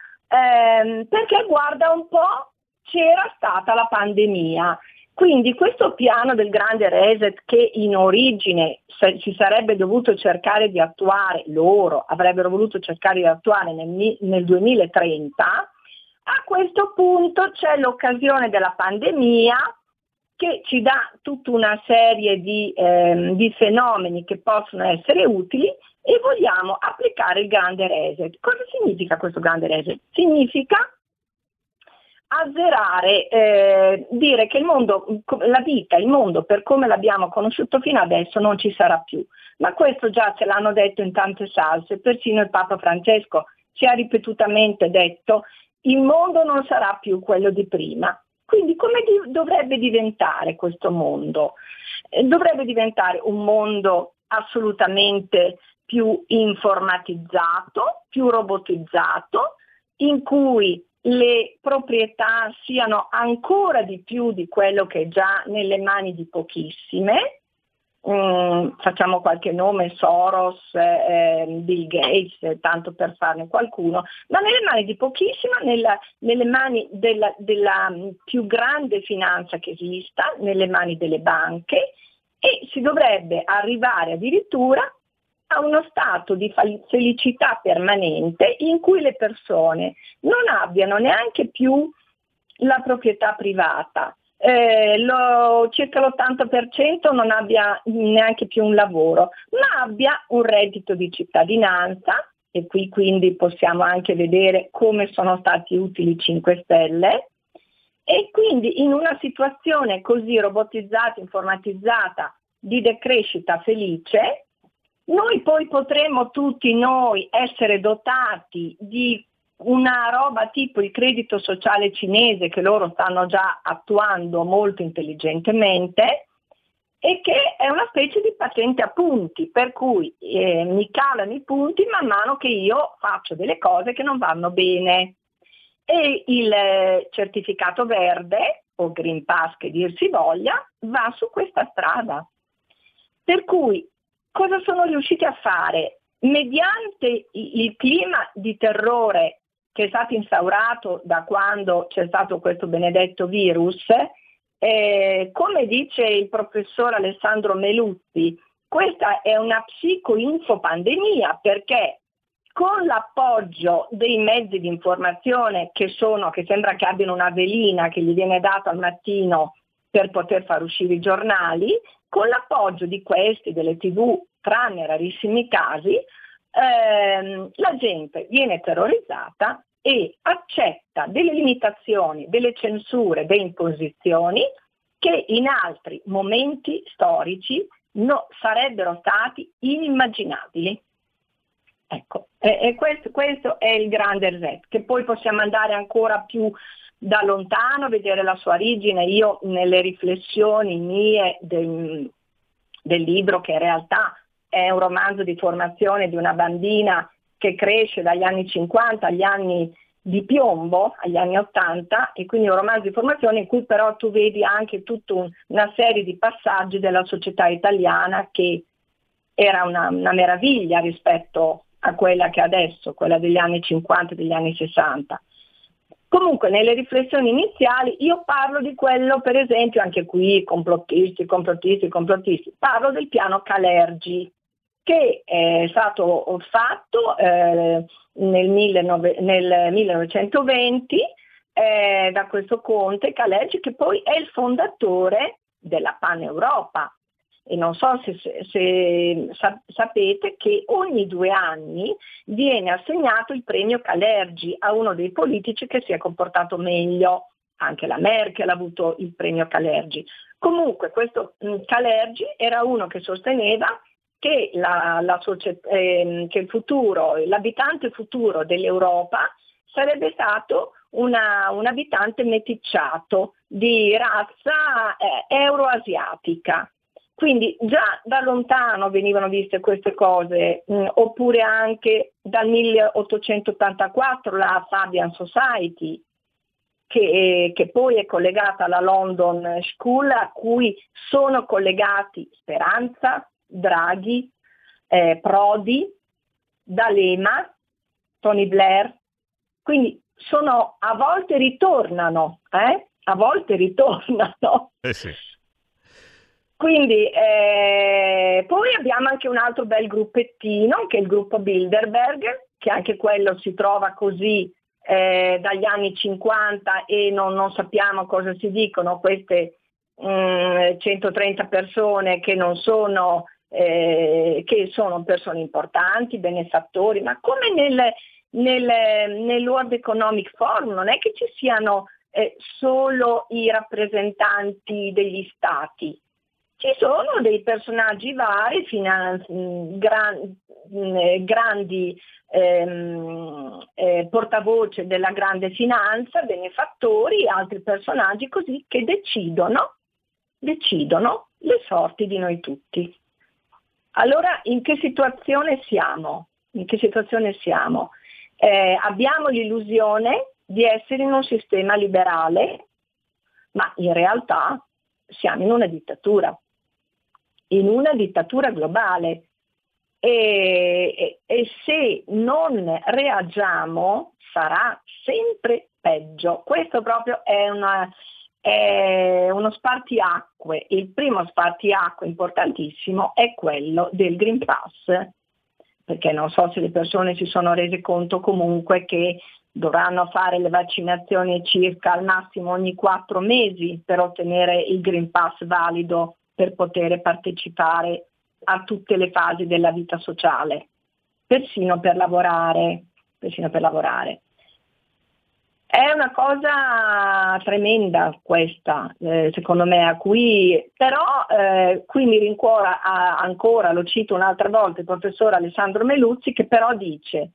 eh, perché guarda un po', c'era stata la pandemia. Quindi questo piano del grande reset che in origine se, si sarebbe dovuto cercare di attuare, loro avrebbero voluto cercare di attuare nel, nel duemilatrenta, a questo punto c'è l'occasione della pandemia che ci dà tutta una serie di, ehm, di fenomeni che possono essere utili e vogliamo applicare il grande reset. Cosa significa questo grande reset? Significa azzerare, eh, dire che il mondo, la vita, il mondo per come l'abbiamo conosciuto fino adesso non ci sarà più. Ma questo già ce l'hanno detto in tante salse, persino il Papa Francesco ci ha ripetutamente detto il mondo non sarà più quello di prima. Quindi come di- dovrebbe diventare questo mondo? Eh, dovrebbe diventare un mondo assolutamente più informatizzato, più robotizzato, in cui le proprietà siano ancora di più di quello che è già nelle mani di pochissime, um, facciamo qualche nome, Soros, eh, Bill Gates, eh, tanto per farne qualcuno, ma nelle mani di pochissima, nella, nelle mani della, della più grande finanza che esista, nelle mani delle banche, e si dovrebbe arrivare addirittura a uno stato di felicità permanente in cui le persone non abbiano neanche più la proprietà privata, eh, lo, circa l'ottanta per cento non abbia neanche più un lavoro, ma abbia un reddito di cittadinanza, e qui quindi possiamo anche vedere come sono stati utili i cinque Stelle, e quindi in una situazione così robotizzata, informatizzata, di decrescita felice, noi poi potremmo tutti noi essere dotati di una roba tipo il credito sociale cinese, che loro stanno già attuando molto intelligentemente, e che è una specie di patente a punti, per cui eh, mi calano i punti man mano che io faccio delle cose che non vanno bene. E il eh, certificato verde, o Green Pass che dir si voglia, va su questa strada. Per cui cosa sono riusciti a fare? Mediante il clima di terrore che è stato instaurato da quando c'è stato questo benedetto virus, eh, come dice il professor Alessandro Meluzzi, questa è una psico-infopandemia, perché con l'appoggio dei mezzi di informazione che sono, che sembra che abbiano una velina che gli viene data al mattino per poter far uscire i giornali, con l'appoggio di questi, delle tivù, tranne rarissimi casi, ehm, la gente viene terrorizzata e accetta delle limitazioni, delle censure, delle imposizioni che in altri momenti storici no, sarebbero stati inimmaginabili. Ecco, e, e questo, questo è il grande reset, che poi possiamo andare ancora più da lontano, vedere la sua origine. Io nelle riflessioni mie del, del libro, che in realtà è un romanzo di formazione di una bambina che cresce dagli anni cinquanta agli anni di piombo, agli anni ottanta, e quindi un romanzo di formazione in cui però tu vedi anche tutta un, una serie di passaggi della società italiana che era una, una meraviglia rispetto a quella che adesso, quella degli anni cinquanta e degli anni sessanta. Comunque nelle riflessioni iniziali io parlo di quello, per esempio, anche qui complottisti, complottisti, complottisti, parlo del piano Kalergi, che è stato fatto eh, nel, millenovecento, nel millenovecentoventi eh, da questo conte Kalergi, che poi è il fondatore della Paneuropa. E non so se, se, se sa, sapete che ogni due anni viene assegnato il premio Kalergi a uno dei politici che si è comportato meglio. Anche la Merkel ha avuto il premio Kalergi. Comunque questo mh, Kalergi era uno che sosteneva che, la, la società, eh, che il futuro, l'abitante futuro dell'Europa sarebbe stato una, un abitante meticciato di razza eh, euroasiatica. Quindi già da lontano venivano viste queste cose, mh, oppure anche dal milleottocentottantaquattro la Fabian Society, che, che poi è collegata alla London School, a cui sono collegati Speranza, Draghi, eh, Prodi, D'Alema, Tony Blair. Quindi sono, a volte ritornano, eh? a volte ritornano. Eh sì. Quindi eh, poi abbiamo anche un altro bel gruppettino, che è il gruppo Bilderberg, che anche quello si trova così eh, dagli anni cinquanta e non, non sappiamo cosa si dicono queste mh, centotrenta persone che non sono, eh, che sono persone importanti, benefattori, ma come nel, nel, nel World Economic Forum non è che ci siano eh, solo i rappresentanti degli stati. Ci sono dei personaggi vari, finanzi, gran, grandi ehm, eh, portavoce della grande finanza, benefattori, altri personaggi così che decidono, decidono le sorti di noi tutti. Allora in che situazione siamo? In che situazione siamo? Eh, abbiamo l'illusione di essere in un sistema liberale, ma in realtà siamo in una dittatura. in una dittatura globale. E, e, e se non reagiamo sarà sempre peggio. Questo proprio è, una, è uno spartiacque. Il primo spartiacque importantissimo è quello del Green Pass, perché non so se le persone si sono rese conto comunque che dovranno fare le vaccinazioni circa al massimo ogni quattro mesi per ottenere il Green Pass valido per poter partecipare a tutte le fasi della vita sociale, persino per lavorare, persino per lavorare. È una cosa tremenda questa, eh, secondo me, a cui però eh, qui mi rincuora a, ancora, lo cito un'altra volta, il professor Alessandro Meluzzi, che però dice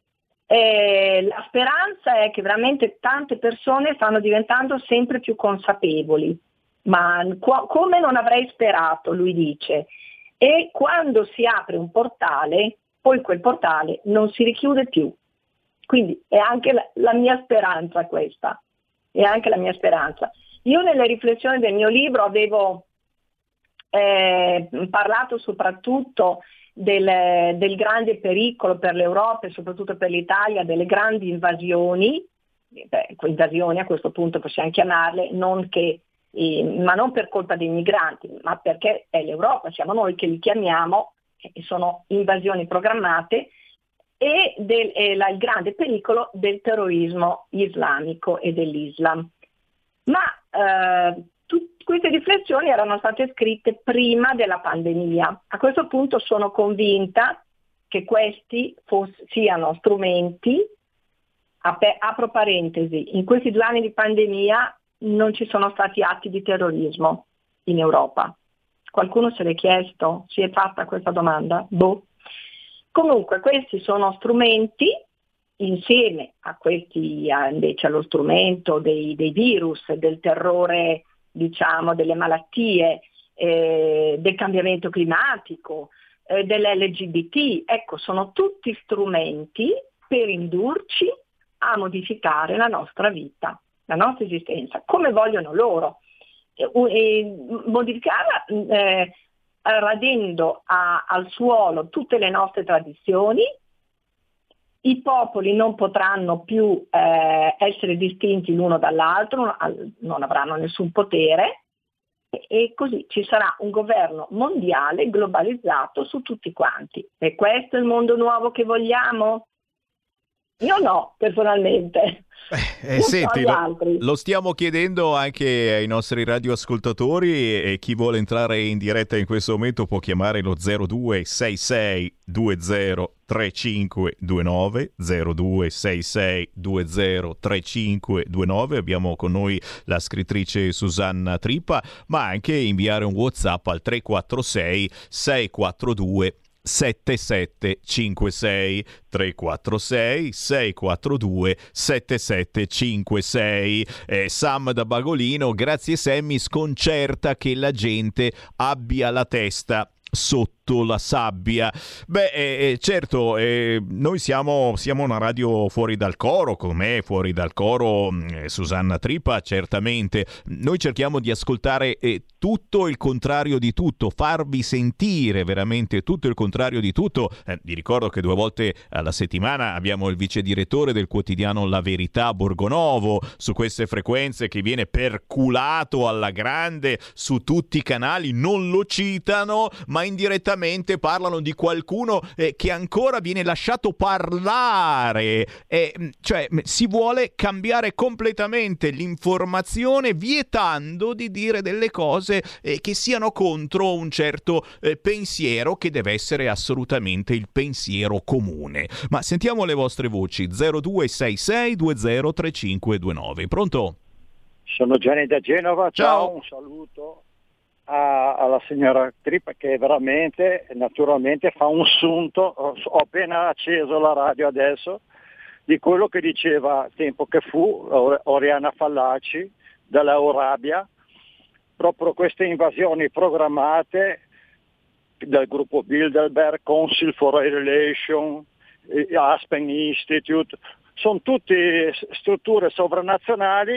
eh, la speranza è che veramente tante persone stanno diventando sempre più consapevoli, ma qu- come non avrei sperato, lui dice. E quando si apre un portale, poi quel portale non si richiude più. Quindi è anche la, la mia speranza questa, è anche la mia speranza. Io nelle riflessioni del mio libro avevo eh, parlato soprattutto del, del grande pericolo per l'Europa e soprattutto per l'Italia, delle grandi invasioni, beh, invasioni a questo punto possiamo chiamarle, non che Eh, ma non per colpa dei migranti, ma perché è l'Europa, siamo noi che li chiamiamo, e sono invasioni programmate, e del, eh, la, il grande pericolo del terrorismo islamico e dell'Islam. Ma eh, tut, queste riflessioni erano state scritte prima della pandemia. A questo punto sono convinta che questi foss- siano strumenti, ap- apro parentesi, in questi due anni di pandemia non ci sono stati atti di terrorismo in Europa. Qualcuno se l'è chiesto? Si è fatta questa domanda? Boh. Comunque questi sono strumenti, insieme a questi a, invece allo strumento dei, dei virus, del terrore, diciamo, delle malattie, eh, del cambiamento climatico, eh, dell'L G B T, ecco, sono tutti strumenti per indurci a modificare la nostra vita, la nostra esistenza, come vogliono loro, e, e modificarla eh, radendo a, al suolo tutte le nostre tradizioni. I popoli non potranno più eh, essere distinti l'uno dall'altro, non avranno nessun potere, e, e così ci sarà un governo mondiale globalizzato su tutti quanti. E questo è il mondo nuovo che vogliamo? Io no, personalmente. Eh, eh, senti, lo, lo stiamo chiedendo anche ai nostri radioascoltatori, e chi vuole entrare in diretta in questo momento può chiamare lo zero due sei sei due zero tre cinque due nove, zero due sei sei due zero tre cinque due nove. Abbiamo con noi la scrittrice Susanna Trippa, ma anche inviare un WhatsApp al tre quattro sei sei quattro due sette sette cinque sei, tre quattro sei sei quattro due sette sette cinque sei. eh, Sam da Bagolino: grazie Sammy, sconcerta che la gente abbia la testa sotto la sabbia. Beh, eh, certo, eh, noi siamo, siamo una radio fuori dal coro, come fuori dal coro eh, Susanna Trippa, certamente. Noi cerchiamo di ascoltare eh, tutto il contrario di tutto, farvi sentire veramente tutto il contrario di tutto. Eh, vi ricordo che due volte alla settimana abbiamo il vice direttore del quotidiano La Verità Borgonovo su queste frequenze, che viene perculato alla grande su tutti i canali, non lo citano, ma indirettamente parlano di qualcuno eh, che ancora viene lasciato parlare. Eh, cioè si vuole cambiare completamente l'informazione, vietando di dire delle cose eh, che siano contro un certo eh, pensiero, che deve essere assolutamente il pensiero comune. Ma sentiamo le vostre voci. Zero due sei sei due zero tre cinque due nove. Pronto? Sono Gianni da Genova. Ciao, Ciao. Un saluto a, alla signora Trippa, che veramente, naturalmente, fa un sunto. Ho appena acceso la radio adesso di quello che diceva tempo che fu Oriana Fallaci dalla Eurabia, proprio queste invasioni programmate dal gruppo Bilderberg, Council for Relations, Aspen Institute, sono tutte strutture sovranazionali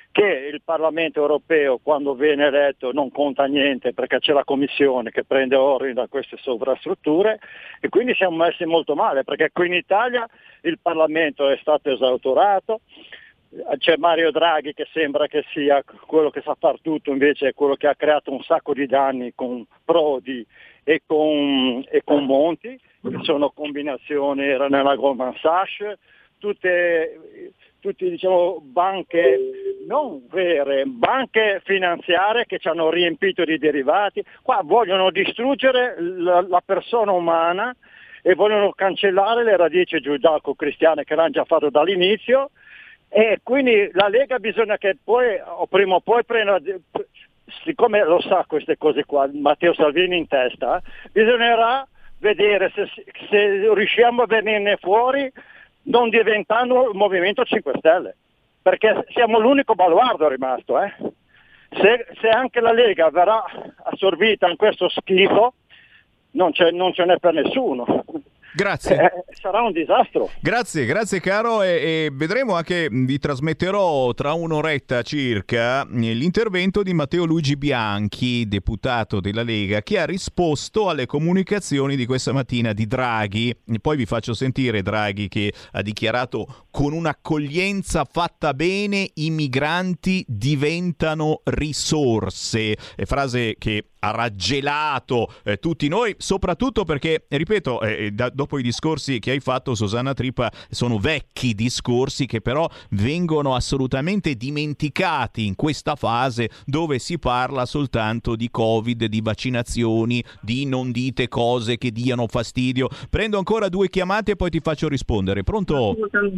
che il Parlamento europeo quando viene eletto non conta niente perché c'è la Commissione che prende ordini da queste sovrastrutture, e quindi siamo messi molto male, perché qui in Italia il Parlamento è stato esautorato, c'è Mario Draghi che sembra che sia quello che sa far tutto, invece è quello che ha creato un sacco di danni con Prodi e con, e con Monti, che sono combinazioni, era nella Goldman Sachs, tutte, tutte diciamo banche non vere, banche finanziarie che ci hanno riempito di derivati. Qua vogliono distruggere la, la persona umana e vogliono cancellare le radici giudaico-cristiane che l'hanno già fatto dall'inizio, e quindi la Lega bisogna che poi o prima o poi prenda, siccome lo sa queste cose qua, Matteo Salvini in testa, bisognerà vedere se, se riusciamo a venirne fuori non diventando il Movimento cinque Stelle, perché siamo l'unico baluardo rimasto. Eh? Se, se anche la Lega verrà assorbita in questo schifo, non, c'è, non ce n'è per nessuno. Grazie. Eh, sarà un disastro. Grazie, grazie caro, e, e vedremo anche, vi trasmetterò tra un'oretta circa l'intervento di Matteo Luigi Bianchi, deputato della Lega, che ha risposto alle comunicazioni di questa mattina di Draghi. E poi vi faccio sentire Draghi che ha dichiarato: con un'accoglienza fatta bene i migranti diventano risorse. È frase che ha raggelato eh, tutti noi, soprattutto perché, ripeto, eh, da, dopo i discorsi che hai fatto, Susanna Trippa, sono vecchi discorsi che però vengono assolutamente dimenticati in questa fase dove si parla soltanto di Covid, di vaccinazioni, di non dite cose che diano fastidio. Prendo ancora due chiamate e poi ti faccio rispondere. Pronto?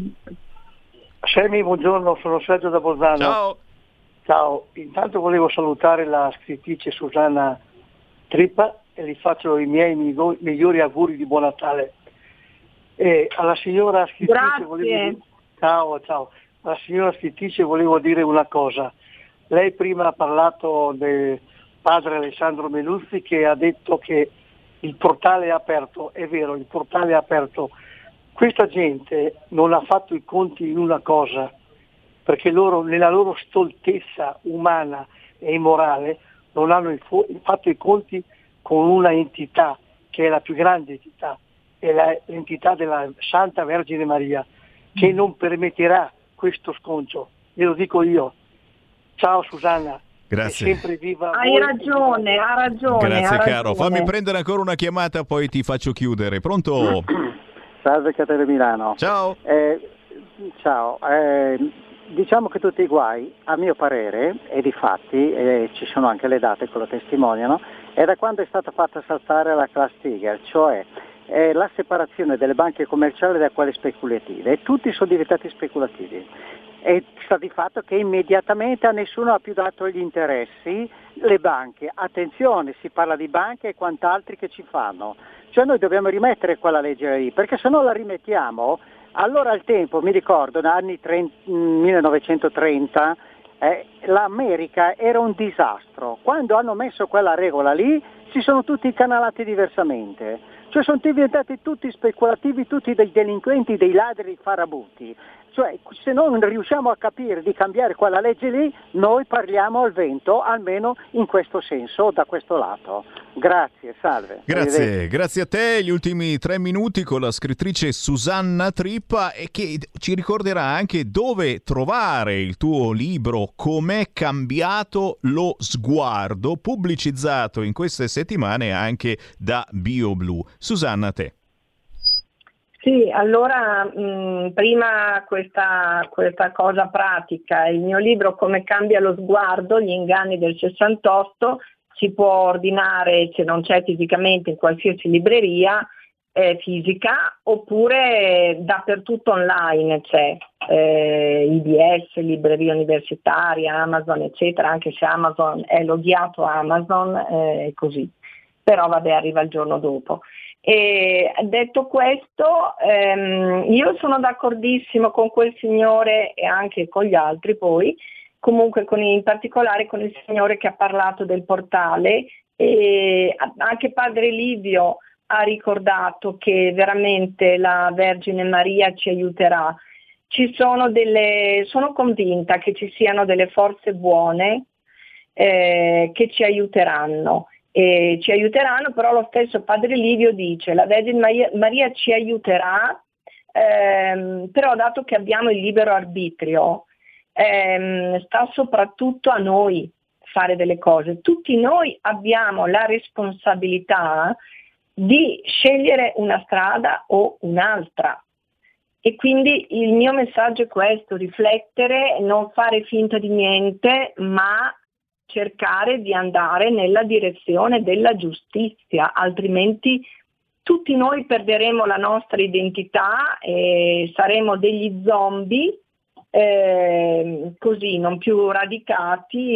Semi, buongiorno, sono Sergio da Bolzano. Ciao. Ciao, intanto volevo salutare la scrittrice Susanna Trippa e gli faccio i miei migliori, migliori auguri di buon Natale. E alla signora scrittrice Grazie. volevo ciao, ciao. Alla signora scrittrice volevo dire una cosa. Lei prima ha parlato del padre Alessandro Meluzzi che ha detto che il portale è aperto. È vero, il portale è aperto. Questa gente non ha fatto i conti in una cosa, perché loro nella loro stoltezza umana e morale non hanno fatto i conti con una entità che è la più grande entità, è la, l'entità della Santa Vergine Maria, che non permetterà questo sconcio, glielo dico io. Ciao Susanna. Grazie. Sempre viva. Hai ragione, ha ragione. Grazie ha caro, ragione. fammi prendere ancora una chiamata poi ti faccio chiudere. Pronto? Salve Caterina Milano. Ciao. Eh, ciao. Eh, Diciamo che tutti i guai, a mio parere, e di fatti, e ci sono anche le date che lo testimoniano, è da quando è stata fatta saltare la Glass-Steagall, cioè eh, la separazione delle banche commerciali da quelle speculative, e tutti sono diventati speculativi. E sta di fatto che immediatamente a nessuno ha più dato gli interessi, le banche. Attenzione, si parla di banche e quant'altri che ci fanno. Cioè noi dobbiamo rimettere quella legge lì, perché se non la rimettiamo... Allora al tempo, mi ricordo, negli anni trenta, millenovecentotrenta, eh, l'America era un disastro. Quando hanno messo quella regola lì, si sono tutti incanalati diversamente. Cioè sono diventati tutti speculativi, tutti dei delinquenti, dei ladri, dei farabutti. Cioè se non riusciamo a capire di cambiare quella legge lì, noi parliamo al vento, almeno in questo senso, da questo lato. Grazie, salve. Grazie, grazie a te. Gli ultimi tre minuti con la scrittrice Susanna Trippa, e che ci ricorderà anche dove trovare il tuo libro Com'è cambiato lo sguardo, pubblicizzato in queste settimane anche da BioBlue. Susanna, a te. Sì, allora mh, prima questa, questa cosa pratica, il mio libro Come cambia lo sguardo, gli inganni del sessantotto, si può ordinare, se non c'è fisicamente, in qualsiasi libreria eh, fisica, oppure dappertutto online c'è, eh, I D S, libreria universitaria, Amazon eccetera, anche se Amazon è loghiato Amazon, eh, così, però vabbè, arriva il giorno dopo. E detto questo, ehm, io sono d'accordissimo con quel signore e anche con gli altri poi, comunque con, in particolare con il signore che ha parlato del portale, e anche padre Livio ha ricordato che veramente la Vergine Maria ci aiuterà, ci sono delle, sono convinta che ci siano delle forze buone eh, che ci aiuteranno. E ci aiuteranno, però lo stesso Padre Livio dice la Vergine Maria, Maria ci aiuterà, ehm, però dato che abbiamo il libero arbitrio, ehm, sta soprattutto a noi fare delle cose. Tutti noi abbiamo la responsabilità di scegliere una strada o un'altra. E quindi il mio messaggio è questo: riflettere, non fare finta di niente, ma cercare di andare nella direzione della giustizia, altrimenti tutti noi perderemo la nostra identità e saremo degli zombie eh, così, non più radicati,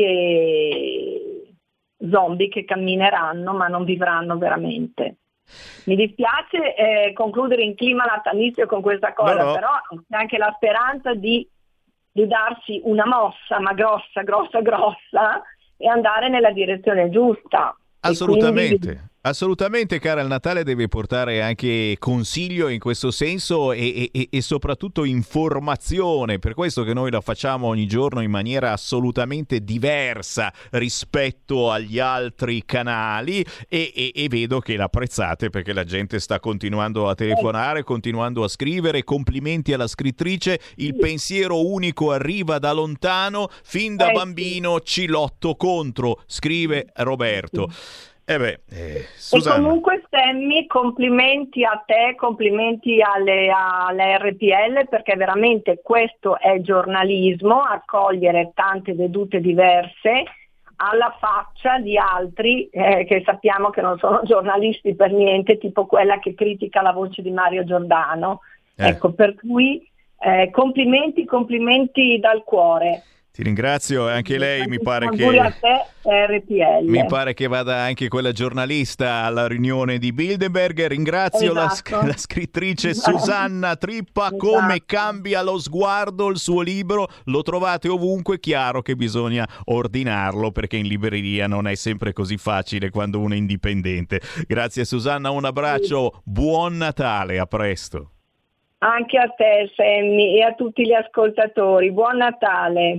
e zombie che cammineranno ma non vivranno veramente. Mi dispiace eh, concludere in clima natalizio con questa cosa, no, no. Però c'è anche la speranza di, di darsi una mossa, ma grossa, grossa, grossa, e andare nella direzione giusta. Assolutamente. Quindi... Assolutamente, cara, il Natale deve portare anche consiglio in questo senso e, e, e soprattutto informazione, per questo che noi la facciamo ogni giorno in maniera assolutamente diversa rispetto agli altri canali e, e, e vedo che l'apprezzate, perché la gente sta continuando a telefonare, continuando a scrivere. Complimenti alla scrittrice, il pensiero unico arriva da lontano, fin da bambino ci lotto contro, scrive Roberto. Eh beh, eh, e comunque Sammy, complimenti a te, complimenti alle, alle R P L, perché veramente questo è giornalismo, accogliere tante vedute diverse alla faccia di altri eh, che sappiamo che non sono giornalisti per niente, tipo quella che critica la voce di Mario Giordano. Eh. Ecco, per cui eh, complimenti, complimenti dal cuore. Ti ringrazio, anche lei mi pare che a te, R P L. Mi pare che vada anche quella giornalista alla riunione di Bilderberg. Ringrazio esatto. la, la scrittrice Susanna Trippa. Esatto. Come cambia lo sguardo, il suo libro lo trovate ovunque. Chiaro che bisogna ordinarlo, perché in libreria non è sempre così facile quando uno è indipendente. Grazie Susanna, un abbraccio, buon Natale, a presto. Anche a te Sammy e a tutti gli ascoltatori, buon Natale.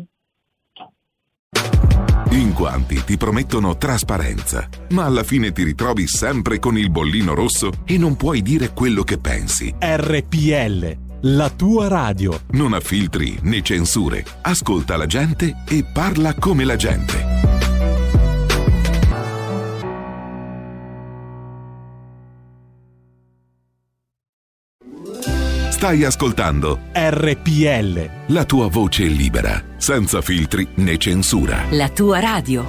In quanti ti promettono trasparenza, ma alla fine ti ritrovi sempre con il bollino rosso e non puoi dire quello che pensi. R P L, la tua radio. Non ha filtri né censure. Ascolta la gente e parla come la gente. Stai ascoltando R P L, la tua voce libera, senza filtri né censura. La tua radio.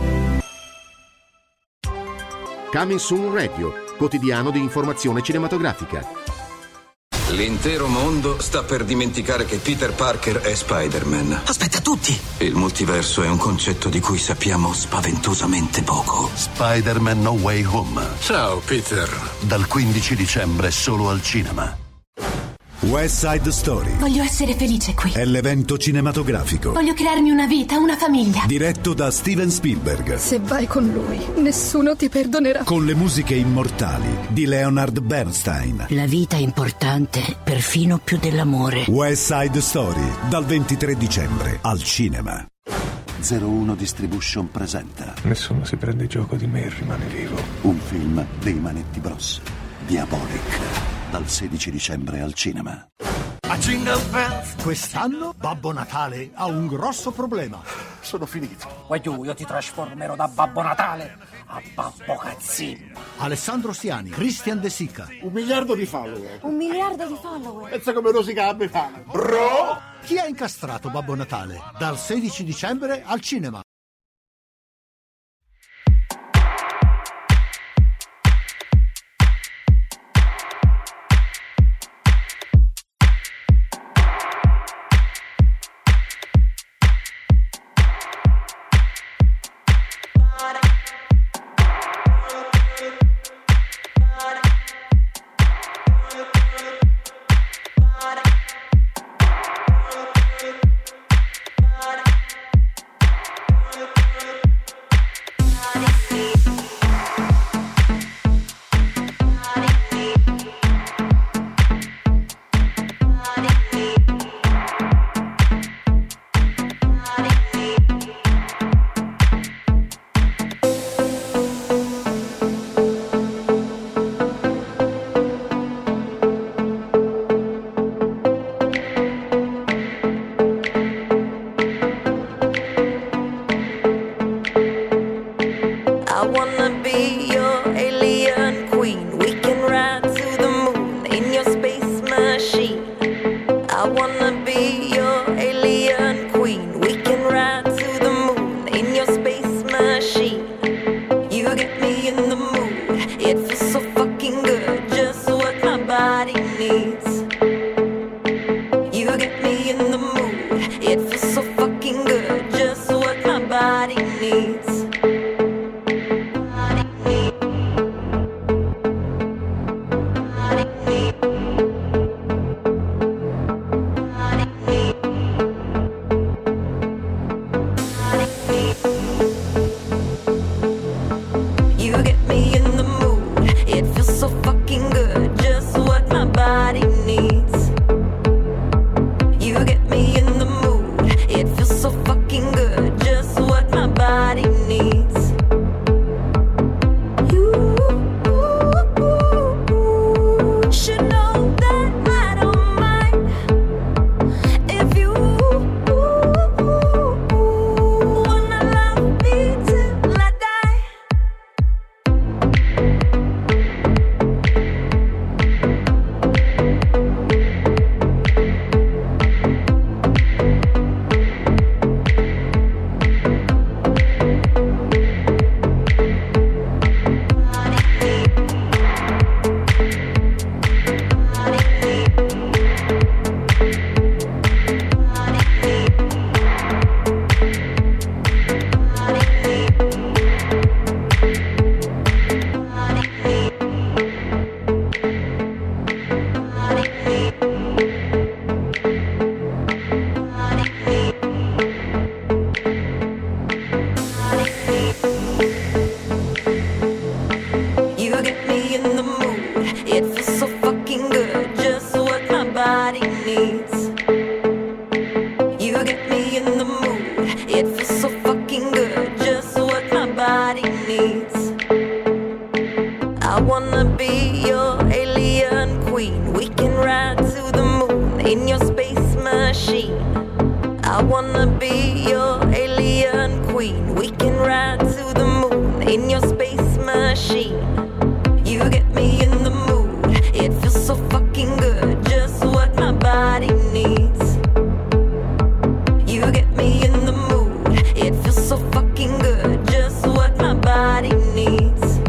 Coming Soon Radio, quotidiano di informazione cinematografica. L'intero mondo sta per dimenticare che Peter Parker è Spider-Man. Aspetta, tutti! Il multiverso è un concetto di cui sappiamo spaventosamente poco. Spider-Man No Way Home. Ciao, Peter. Dal quindici dicembre solo al cinema. West Side Story. Voglio essere felice qui. È l'evento cinematografico. Voglio crearmi una vita, una famiglia. Diretto da Steven Spielberg. Se vai con lui, nessuno ti perdonerà. Con le musiche immortali di Leonard Bernstein. La vita è importante, perfino più dell'amore. West Side Story, dal ventitré dicembre al cinema. zero uno Distribution presenta. Nessuno si prende gioco di me e rimane vivo. Un film dei Manetti Bros. Diabolic. Dal sedici dicembre al cinema. A Jingle Bells. Quest'anno Babbo Natale ha un grosso problema. Sono finito. Vuoi tu, io ti trasformerò da Babbo Natale a Babbo Cazzino. Alessandro Stiani, Christian De Sica. Un miliardo di follower. Un miliardo di follower. Pensa come rosica mi fa. Bro! Chi ha incastrato Babbo Natale? Dal sedici dicembre al cinema. body needs. You get me in the mood, it feels so fucking good, just what my body needs. I wanna be your alien queen, we can ride to the moon in your space machine. I wanna be your alien queen, we can ride to the moon in your space machine. You get me in the mood, it feels so fucking good, just what my body needs. You get me in the mood, it feels so fucking good, just what my body needs.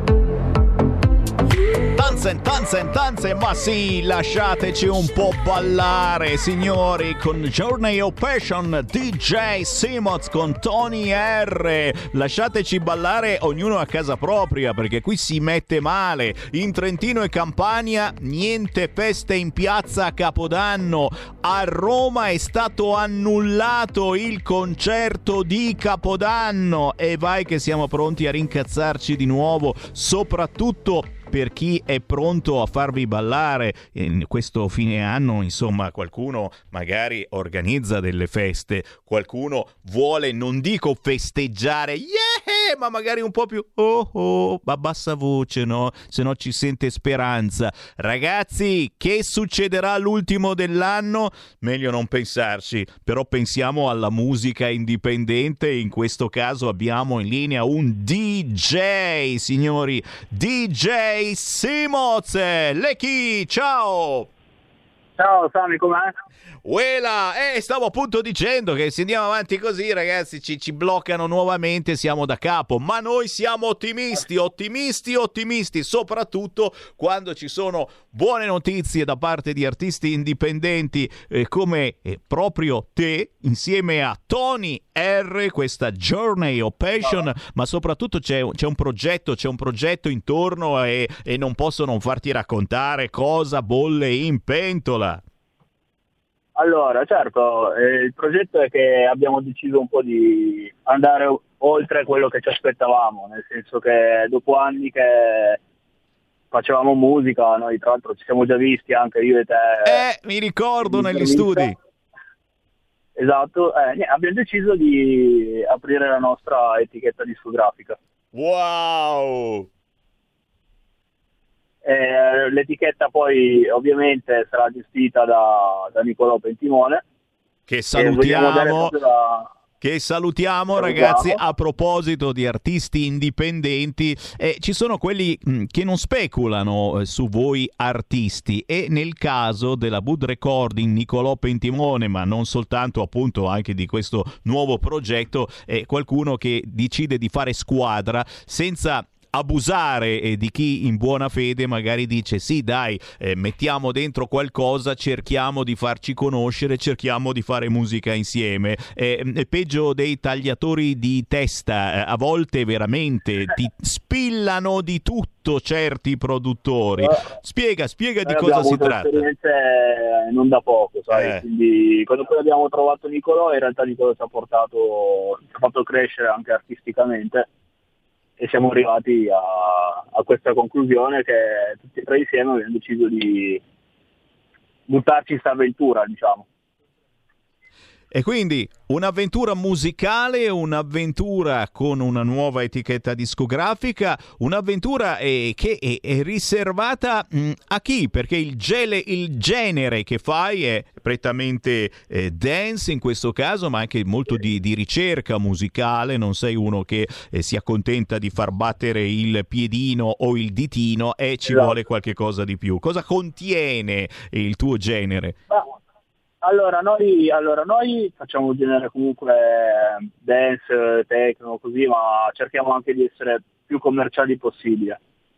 Tanzen, tanzen, tanzen, ma sì, lasciateci un po' ballare, signori, con Journey of Passion, D J Simoz con Tony R. Lasciateci ballare ognuno a casa propria, perché qui si mette male. In Trentino e Campania niente feste in piazza a Capodanno. A Roma è stato annullato il concerto di Capodanno e vai che siamo pronti a rincazzarci di nuovo, soprattutto per chi è pronto a farvi ballare in questo fine anno. Insomma, qualcuno magari organizza delle feste, qualcuno vuole, non dico festeggiare, yeah, ma magari un po' più oh oh, a bassa voce, no? Se no ci sente speranza. Ragazzi, che succederà l'ultimo dell'anno? Meglio non pensarci, però pensiamo alla musica indipendente. In questo caso abbiamo in linea un D J, signori, D J Simoz. Lechi, ciao! Ciao Sami, com'è? Uela, eh, stavo appunto dicendo che se andiamo avanti così, ragazzi, ci, ci bloccano nuovamente, siamo da capo, ma noi siamo ottimisti, ottimisti, ottimisti, soprattutto quando ci sono buone notizie da parte di artisti indipendenti eh, come eh, proprio te, insieme a Tony R, questa Journey of Passion, no. Ma soprattutto c'è, c'è un progetto, c'è un progetto intorno e, e non posso non farti raccontare cosa bolle in pentola. Allora, certo, eh, il progetto è che abbiamo deciso un po' di andare oltre quello che ci aspettavamo, nel senso che dopo anni che facevamo musica, noi tra l'altro ci siamo già visti anche io e te. Eh, mi ricordo negli studi. Esatto, eh, abbiamo deciso di aprire la nostra etichetta discografica. Wow! Eh, l'etichetta poi ovviamente sarà gestita da, da Nicolò Pentimone, che salutiamo, che, da... che salutiamo ragazzi. A proposito di artisti indipendenti, eh, ci sono quelli mh, che non speculano eh, su voi artisti, e nel caso della Bud Recording Nicolò Pentimone, ma non soltanto, appunto anche di questo nuovo progetto, è qualcuno che decide di fare squadra senza abusare eh, di chi in buona fede magari dice sì dai, eh, mettiamo dentro qualcosa, cerchiamo di farci conoscere, cerchiamo di fare musica insieme. Eh, è peggio dei tagliatori di testa, eh, a volte veramente ti spillano di tutto certi produttori. Spiega, spiega di cosa si tratta. Esperienze non da poco, sai? Eh. Quindi quando poi abbiamo trovato Nicolò, in realtà Nicolò ci ha portato, ci ha fatto crescere anche artisticamente. E siamo arrivati a, a questa conclusione che tutti e tre insieme abbiamo deciso di buttarci in questa avventura, diciamo. E quindi un'avventura musicale, un'avventura con una nuova etichetta discografica, un'avventura eh, che è, è riservata mh, a chi? Perché il, gele, il genere che fai è prettamente eh, dance in questo caso, ma anche molto di, di ricerca musicale. Non sei uno che eh, si accontenta di far battere il piedino o il ditino e ci esatto. vuole qualche cosa di più. Cosa contiene il tuo genere? Ah. Allora noi, allora, noi facciamo un genere comunque dance, techno, così, ma cerchiamo anche di essere più commerciali possibile.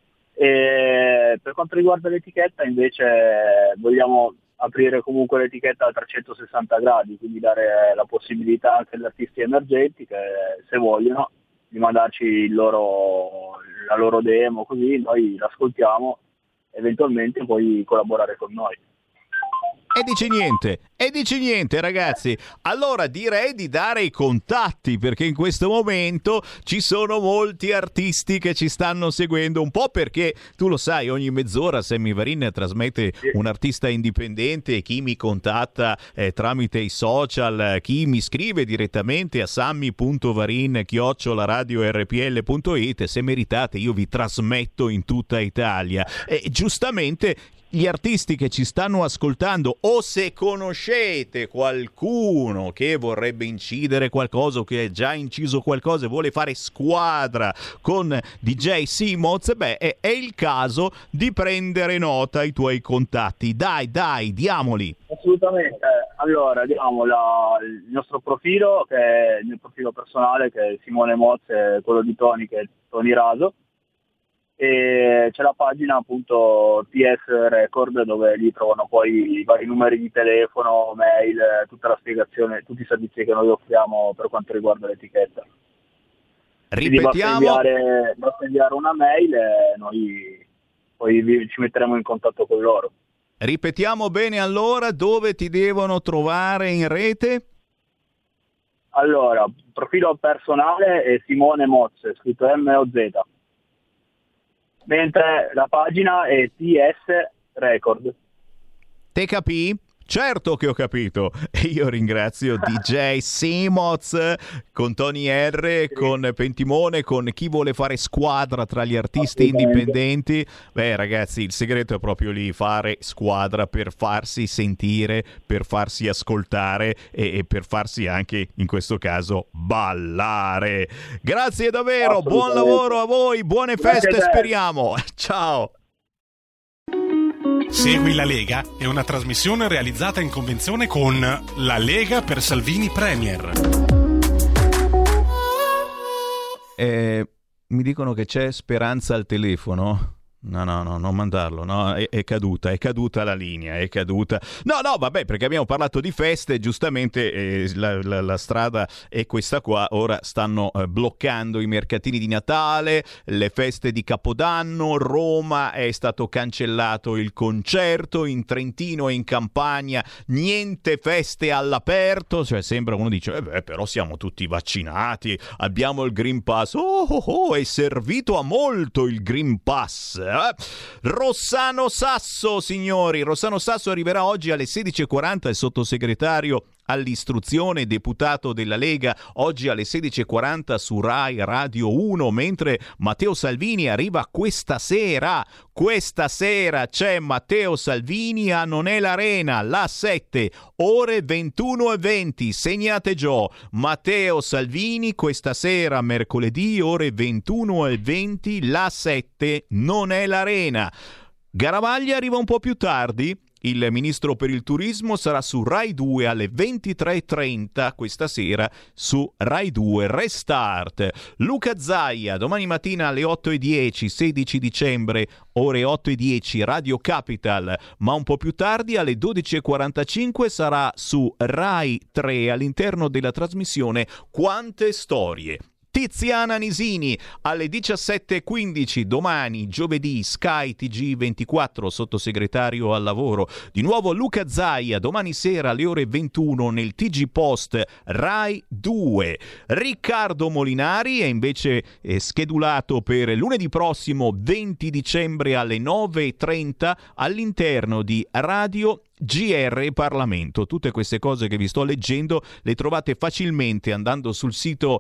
E per quanto riguarda l'etichetta, invece, vogliamo aprire comunque l'etichetta a trecentosessanta gradi, quindi dare la possibilità anche agli artisti emergenti che, se vogliono, di mandarci il loro, la loro demo, così noi l'ascoltiamo, eventualmente poi collaborare con noi. E dici niente, e dici niente ragazzi. Allora direi di dare i contatti, perché in questo momento ci sono molti artisti che ci stanno seguendo, un po' perché tu lo sai, ogni mezz'ora Sammy Varin trasmette un artista indipendente, chi mi contatta eh, tramite i social, chi mi scrive direttamente a sammy punto varin chiocciola radio erre pi elle punto it. Se meritate io vi trasmetto in tutta Italia. E giustamente gli artisti che ci stanno ascoltando, o se conoscete qualcuno che vorrebbe incidere qualcosa o che ha già inciso qualcosa e vuole fare squadra con D J Simoz, beh, è, è il caso di prendere nota ai tuoi contatti. Dai, dai, diamoli. Assolutamente. Allora, diamo la, il nostro profilo, che è il mio profilo personale, che è Simone Moz, e quello di Tony, che è Tony Raso. E c'è la pagina appunto T S Record, dove lì trovano poi i vari numeri di telefono, mail, tutta la spiegazione, tutti i servizi che noi offriamo per quanto riguarda l'etichetta. Ripetiamo. Basta inviare, basta inviare una mail e noi poi vi, ci metteremo in contatto con loro. Ripetiamo bene allora, dove ti devono trovare in rete? Allora, profilo personale è Simone Moz, scritto M O Z. Mentre la pagina è T S Record. Te capì? Certo che ho capito. E io ringrazio D J Simoz con Tony R, con Pentimone, con chi vuole fare squadra tra gli artisti indipendenti. Beh ragazzi, il segreto è proprio lì, fare squadra per farsi sentire, per farsi ascoltare e, e per farsi anche, in questo caso, ballare. Grazie davvero, buon lavoro a voi, buone feste speriamo. Ciao. Segui la Lega è una trasmissione realizzata in convenzione con La Lega per Salvini Premier. Eh, mi dicono che c'è Speranza al telefono. No, no, no, non mandarlo, no, è, è caduta, è caduta la linea, è caduta. No, no, vabbè, perché abbiamo parlato di feste, giustamente eh, la, la, la strada è questa qua, ora stanno eh, bloccando i mercatini di Natale, le feste di Capodanno, Roma è stato cancellato il concerto, in Trentino e in Campania niente feste all'aperto, cioè sembra uno dice, eh beh, però siamo tutti vaccinati, abbiamo il Green Pass, oh, oh, oh, è servito a molto il Green Pass. Rossano Sasso, signori, Rossano Sasso arriverà oggi alle sedici e quaranta, il sottosegretario all'istruzione, deputato della Lega, oggi alle sedici e quaranta su Rai Radio uno, mentre Matteo Salvini arriva questa sera. Questa sera c'è Matteo Salvini a Non è l'Arena, la sette, ore ventuno e venti, segnate già, Matteo Salvini questa sera, mercoledì, ore ventuno e venti, la sette, Non è l'Arena. Garavaglia arriva un po' più tardi. Il ministro per il turismo sarà su Rai due alle ventitré e trenta questa sera su Rai due Restart. Luca Zaia domani mattina alle otto e dieci, sedici dicembre, ore otto e dieci, Radio Capital, ma un po' più tardi alle dodici e quarantacinque sarà su Rai tre all'interno della trasmissione Quante Storie. Tiziana Nisini alle diciassette e quindici domani, giovedì, Sky T G ventiquattro, sottosegretario al lavoro. Di nuovo Luca Zaia domani sera alle ore ventuno nel T G Post Rai due. Riccardo Molinari è invece eh, schedulato per lunedì prossimo venti dicembre alle nove e trenta all'interno di Radio G R Parlamento. Tutte queste cose che vi sto leggendo le trovate facilmente andando sul sito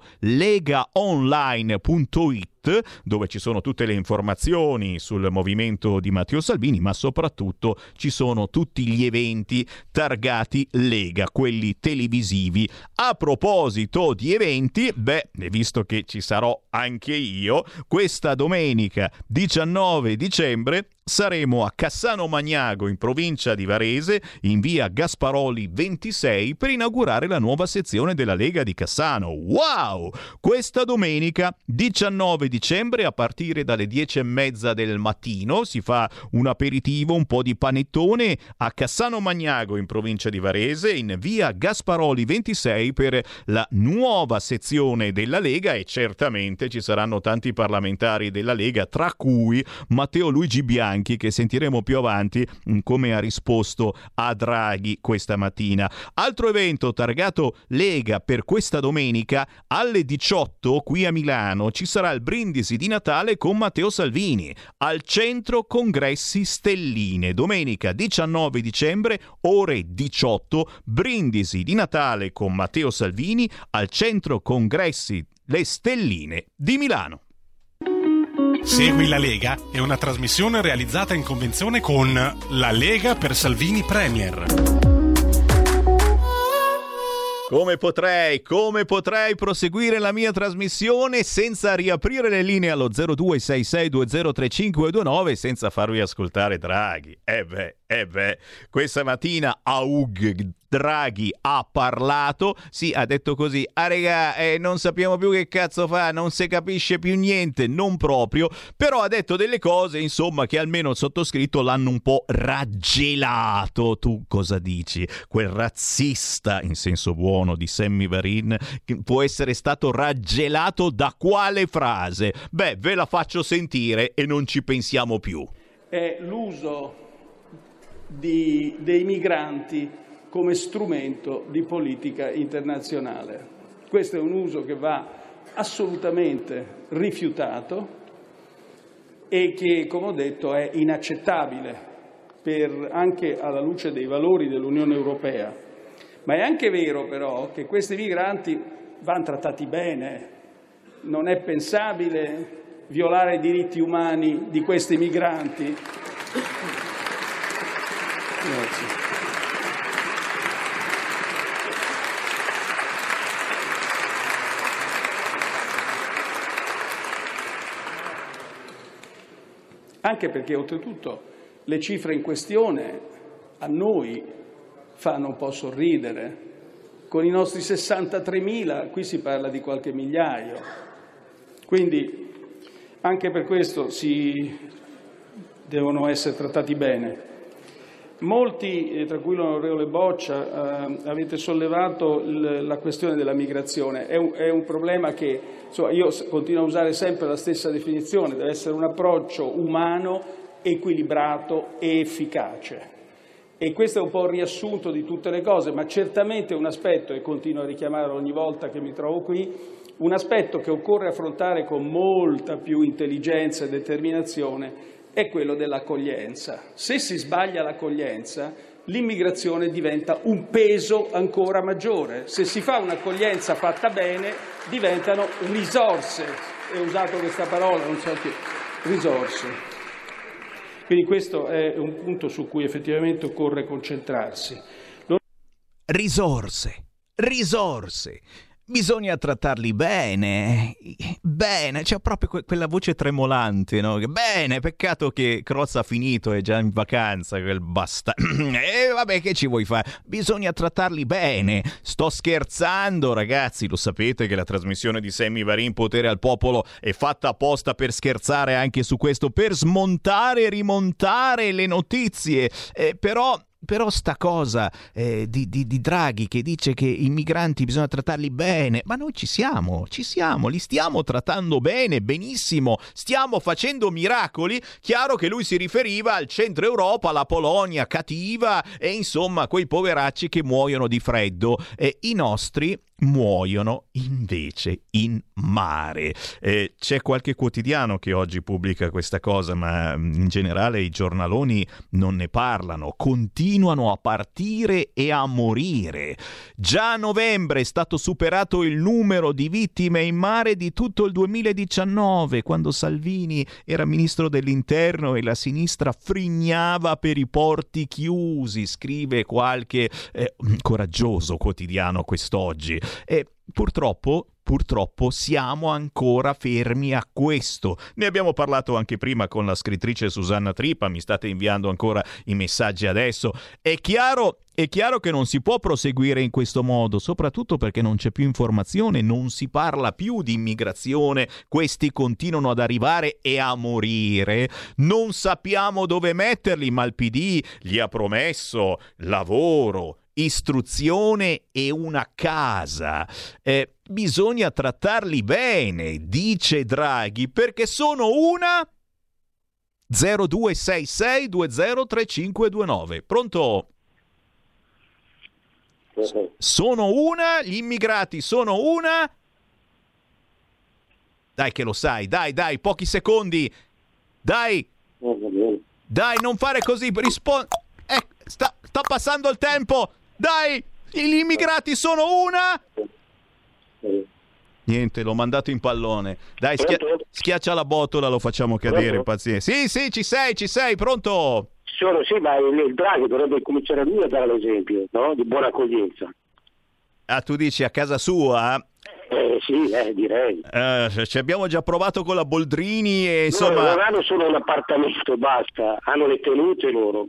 legaonline punto it, dove ci sono tutte le informazioni sul movimento di Matteo Salvini, ma soprattutto ci sono tutti gli eventi targati Lega, quelli televisivi. A proposito di eventi, beh, visto che ci sarò anche io, questa domenica diciannove dicembre saremo a Cassano Magnago in provincia di Varese, in via Gasparoli ventisei, per inaugurare la nuova sezione della Lega di Cassano. Wow! Questa domenica diciannove dicembre a partire dalle dieci e mezza del mattino. Si fa un aperitivo, un po' di panettone a Cassano Magnago in provincia di Varese, in via Gasparoli ventisei, per la nuova sezione della Lega, e certamente ci saranno tanti parlamentari della Lega, tra cui Matteo Luigi Bianchi, che sentiremo più avanti come ha risposto a Draghi questa mattina. Altro evento targato Lega per questa domenica: alle diciotto qui a Milano ci sarà il brindisi di Natale con Matteo Salvini al Centro Congressi Stelline. Domenica diciannove dicembre, ore diciotto, brindisi di Natale con Matteo Salvini al Centro Congressi Le Stelline di Milano. Segui la Lega è una trasmissione realizzata in convenzione con La Lega per Salvini Premier. Come potrei, come potrei proseguire la mia trasmissione senza riaprire le linee allo zero due sei sei due zero tre cinque due nove, senza farvi ascoltare Draghi? Eh beh, eh beh, questa mattina Aug Draghi ha parlato, sì, ha detto così: ah regà, eh, non sappiamo più che cazzo fa, non si capisce più niente, non proprio, però ha detto delle cose, insomma, che almeno il sottoscritto l'hanno un po' raggelato. Tu cosa dici? Quel razzista, in senso buono, di Sammy Varin che può essere stato raggelato da quale frase? Beh, ve la faccio sentire e non ci pensiamo più. È l'uso di, dei migranti come strumento di politica internazionale. Questo è un uso che va assolutamente rifiutato e che, come ho detto, è inaccettabile per, anche alla luce dei valori dell'Unione Europea. Ma è anche vero però che questi migranti vanno trattati bene. Non è pensabile violare i diritti umani di questi migranti. Grazie. Anche perché, oltretutto, le cifre in questione a noi fanno un po' sorridere. Con i nostri sessantatremila, qui si parla di qualche migliaio. Quindi, anche per questo si devono essere trattati bene. Molti, tra cui l'onorevole Boccia, eh, avete sollevato il, la questione della migrazione. È un, è un problema che, insomma, io continuo a usare sempre la stessa definizione: deve essere un approccio umano, equilibrato e efficace. E questo è un po' il riassunto di tutte le cose, ma certamente un aspetto, e continuo a richiamarlo ogni volta che mi trovo qui, un aspetto che occorre affrontare con molta più intelligenza e determinazione è quello dell'accoglienza. Se si sbaglia l'accoglienza, l'immigrazione diventa un peso ancora maggiore. Se si fa un'accoglienza fatta bene, diventano risorse. Ho usato questa parola, non so che, risorse. Quindi questo è un punto su cui effettivamente occorre concentrarsi. Non... Risorse, risorse. Bisogna trattarli bene, bene, c'è proprio que- quella voce tremolante, no? Bene, peccato che Crozza ha finito, è già in vacanza, quel basta. E vabbè, che ci vuoi fare? Bisogna trattarli bene. Sto scherzando, ragazzi, lo sapete che la trasmissione di Sammy Varin, Potere al Popolo, è fatta apposta per scherzare anche su questo, per smontare e rimontare le notizie, eh, però... Però sta cosa eh, di, di, di Draghi che dice che i migranti bisogna trattarli bene, ma noi ci siamo, ci siamo, li stiamo trattando bene, benissimo, stiamo facendo miracoli. Chiaro che lui si riferiva al centro Europa, alla Polonia cattiva e insomma quei poveracci che muoiono di freddo, e i nostri muoiono invece in mare. Eh, c'è qualche quotidiano che oggi pubblica questa cosa, ma in generale i giornaloni non ne parlano, continuano a partire e a morire. Già a novembre è stato superato il numero di vittime in mare di tutto il duemiladiciannove, quando Salvini era ministro dell'interno e la sinistra frignava per i porti chiusi, scrive qualche eh, coraggioso quotidiano quest'oggi. E purtroppo purtroppo siamo ancora fermi a questo. Ne abbiamo parlato anche prima con la scrittrice Susanna Trippa, mi state inviando ancora i messaggi adesso. È chiaro, è chiaro che non si può proseguire in questo modo, soprattutto perché non c'è più informazione, non si parla più di immigrazione, questi continuano ad arrivare e a morire, non sappiamo dove metterli, ma il P D gli ha promesso lavoro, istruzione e una casa. Eh, bisogna trattarli bene, dice Draghi, perché sono una zero due sei sei due zero tre cinque due nove. Pronto? Sono una, gli immigrati sono una. Dai che lo sai, dai, dai, pochi secondi. Dai. Dai, non fare così, rispondi. Eh, sta, sta passando il tempo. Dai, gli immigrati sono una. Niente, l'ho mandato in pallone. Dai, schia- schiaccia la botola, lo facciamo cadere, pazienza. Sì, sì, ci sei, ci sei, pronto? Sono, sì, ma il Draghi dovrebbe cominciare lui a dare l'esempio, no? Di buona accoglienza. Ah, tu dici a casa sua? Eh sì, eh, direi. Eh, ci abbiamo già provato con la Boldrini e insomma... No, non hanno solo un appartamento, basta, hanno le tenute loro.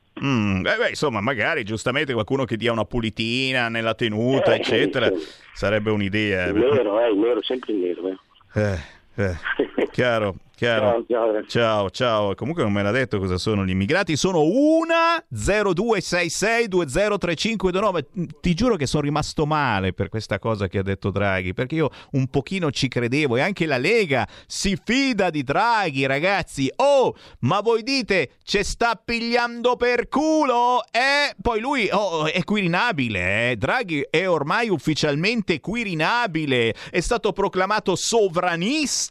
Mm, eh beh, insomma, magari giustamente qualcuno che dia una pulitina nella tenuta, eh, eccetera, sì. Sarebbe un'idea. Il nero, eh, il nero, sempre il nero. Eh. Eh, eh, chiaro, chiaro. Ciao, ciao. ciao, ciao. Comunque non me l'ha detto cosa sono gli immigrati. Sono una zero due sei sei due zero tre cinque due nove. Ti giuro che sono rimasto male per questa cosa che ha detto Draghi, perché io un pochino ci credevo e anche la Lega si fida di Draghi, ragazzi. Oh, ma voi dite ci sta pigliando per culo? Eh, poi lui oh, è quirinabile, eh. Draghi è ormai ufficialmente quirinabile, è stato proclamato sovranista.